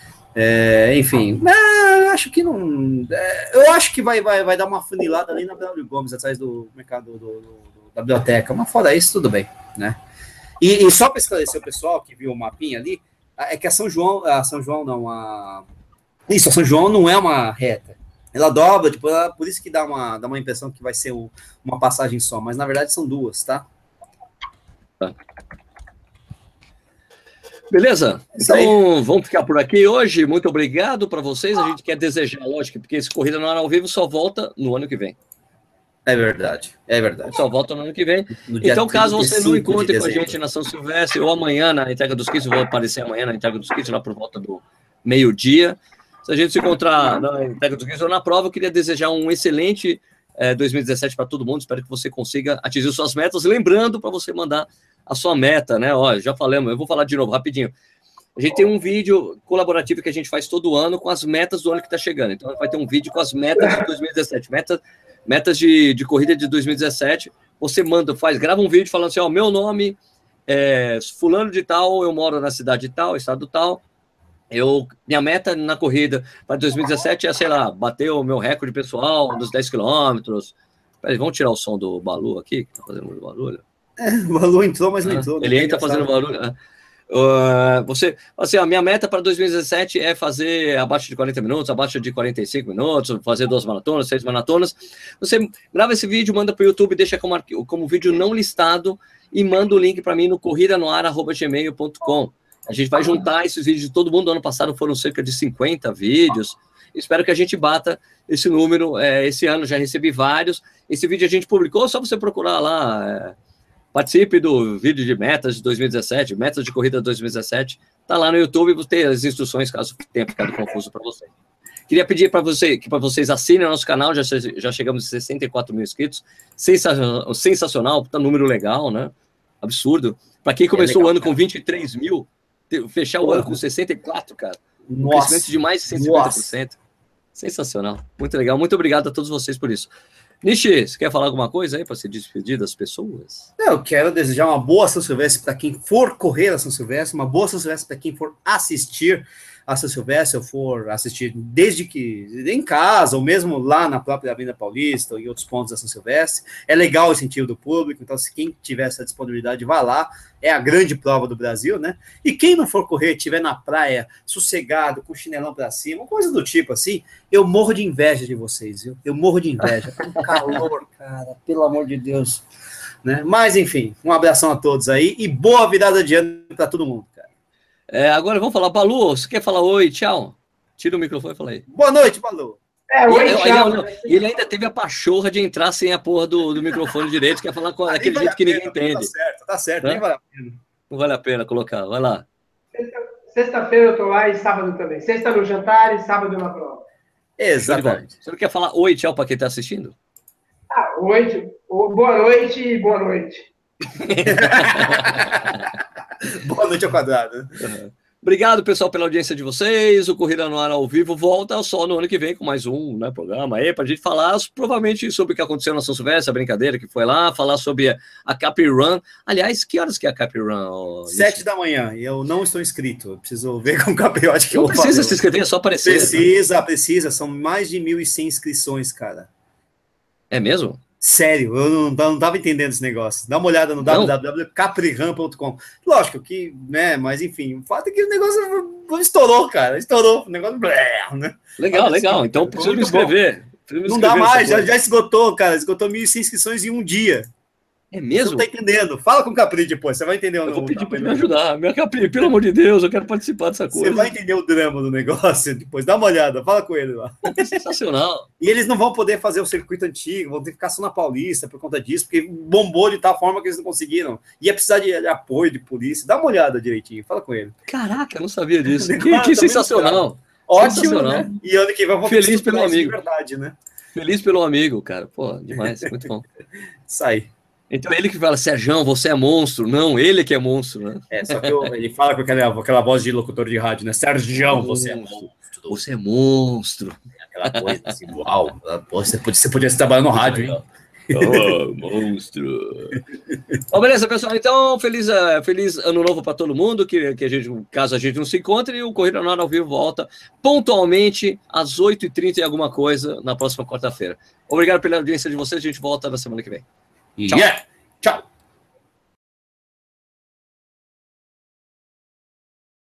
Enfim, acho que não. Eu acho que vai dar uma funilada ali na Braulio Gomes, atrás do mercado da biblioteca. Mas fora isso, tudo bem, né? E só para esclarecer o pessoal que viu o mapinha ali, é que a São João não é uma reta. Ela dobra, tipo, por isso que dá uma impressão que vai ser uma passagem só, mas na verdade são 2, tá? Beleza? Então, vamos ficar por aqui hoje. Muito obrigado para vocês. A gente quer desejar, lógico, porque esse Corrida no Ar ao Vivo só volta no ano que vem. É verdade. Só volta no ano que vem. Então, caso você não encontre com a gente na São Silvestre, ou amanhã na entrega dos kits, eu vou aparecer amanhã na entrega dos kits, lá por volta do meio-dia. Se a gente se encontrar na entrega dos kits ou na prova, eu queria desejar um excelente 2017 para todo mundo. Espero que você consiga atingir suas metas. Lembrando para você mandar a sua meta, né? Ó, já falamos, eu vou falar de novo, rapidinho. A gente tem um vídeo colaborativo que a gente faz todo ano com as metas do ano que está chegando. Então, vai ter um vídeo com as metas de 2017, metas de corrida de 2017. Você grava um vídeo falando assim, ó, meu nome é fulano de tal, eu moro na cidade de tal, estado tal. Minha meta na corrida para 2017 é, sei lá, bater o meu recorde pessoal dos 10 quilômetros. Vamos tirar o som do Balu aqui, que tá fazendo muito barulho. O Balu entrou, mas não entrou. Ele entra fazendo barulho. Você, assim, a minha meta para 2017 é fazer abaixo de 40 minutos, abaixo de 45 minutos, fazer 2 maratonas, 6 maratonas. Você grava esse vídeo, manda para o YouTube, deixa como vídeo não listado e manda o link para mim no corridanoar@gmail.com. A gente vai juntar esses vídeos de todo mundo. Ano passado foram cerca de 50 vídeos. Espero que a gente bata esse número. Esse ano já recebi vários. Esse vídeo a gente publicou, só você procurar lá. Participe do vídeo de metas de 2017, metas de corrida 2017. Está lá no YouTube, você tem as instruções, caso tenha ficado confuso para você. Queria pedir para vocês assinem o nosso canal, já chegamos a 64 mil inscritos. Sensacional, tá um número legal, né? Absurdo. Para quem começou o ano com 23 mil, fechar o ano com 64, cara. Um crescimento de mais de 150%. Sensacional. Muito legal. Muito obrigado a todos vocês por isso. Nishi, você quer falar alguma coisa aí para se despedir das pessoas? Eu quero desejar uma boa São Silvestre para quem for correr a São Silvestre, uma boa São Silvestre para quem for assistir a São Silvestre, ou for assistir desde que em casa, ou mesmo lá na própria Avenida Paulista, ou em outros pontos da São Silvestre. É legal o incentivo do público, então se quem tiver essa disponibilidade, vá lá. É a grande prova do Brasil, né? E quem não for correr, estiver na praia, sossegado, com o chinelão para cima, coisa do tipo assim, eu morro de inveja de vocês, viu? Eu morro de inveja. Tá um calor, cara, pelo amor de Deus. Né? Mas, enfim, um abração a todos aí e boa virada de ano para todo mundo, cara. Agora vamos falar, Balu, você quer falar oi, tchau? Tira o microfone e fala aí. Boa noite, Balu. Ele ainda teve a pachorra de entrar sem a porra do microfone direito, quer falar daquele jeito que ninguém entende. Tá certo, nem vale a pena. Não vale a pena colocar, vai lá. Sexta-feira eu tô lá e sábado também. Sexta no jantar e sábado na prova. Exatamente. Você não quer falar oi, tchau para quem tá assistindo? Boa noite e boa noite. Boa noite ao quadrado. Obrigado, pessoal, pela audiência de vocês. O Corrida no Ar ao vivo volta só no ano que vem com mais um programa aí, pra gente falar provavelmente sobre o que aconteceu na São Silvestre, a brincadeira que foi lá, falar sobre a Capri Run. Aliás, que horas que é a Capri Run? 7 da manhã, e eu não estou inscrito. Eu preciso ver com o Capriote que eu vou fazer. Não precisa se inscrever, é só aparecer. Precisa. São mais de 1.100 inscrições, cara. É mesmo? Sério, eu não tava entendendo esse negócio. Dá uma olhada no www.capriram.com. Lógico que, né, mas enfim, o fato é que o negócio estourou, cara. Estourou, o negócio... Né? Legal. Então preciso me inscrever. Não dá mais, já esgotou, cara. Esgotou 1.100 inscrições em um dia. É mesmo? Você não tá entendendo. Fala com o Capri depois, você vai entender. Eu vou pedir para ele me ajudar. Meu Capri, pelo amor de Deus, eu quero participar dessa coisa. Você vai entender o drama do negócio depois. Dá uma olhada, fala com ele lá. É sensacional. E eles não vão poder fazer o circuito antigo, vão ter que ficar só na Paulista por conta disso, porque bombou de tal forma que eles não conseguiram. Ia precisar de apoio de polícia. Dá uma olhada direitinho, fala com ele. Caraca, eu não sabia disso. Que sensacional. Ótimo, sensacional, né? E ano que vem vamos feliz pelo amigo. De verdade, né? Feliz pelo amigo, cara. Pô, demais, muito bom. Isso aí. Então ele que fala, Serjão, você é monstro. Não, ele que é monstro, né? Só que ele fala com aquela voz de locutor de rádio, né? Serjão, você é monstro. Você é monstro. Aquela coisa assim, uau. Você podia estar trabalhando no rádio, hein? Oh, monstro. Bom, beleza, pessoal. Então, feliz ano novo para todo mundo. Que a gente, caso a gente não se encontre, o Corrida no Ar ao vivo volta pontualmente às 8h30 e alguma coisa na próxima quarta-feira. Obrigado pela audiência de vocês. A gente volta na semana que vem. Tchau. Tchau.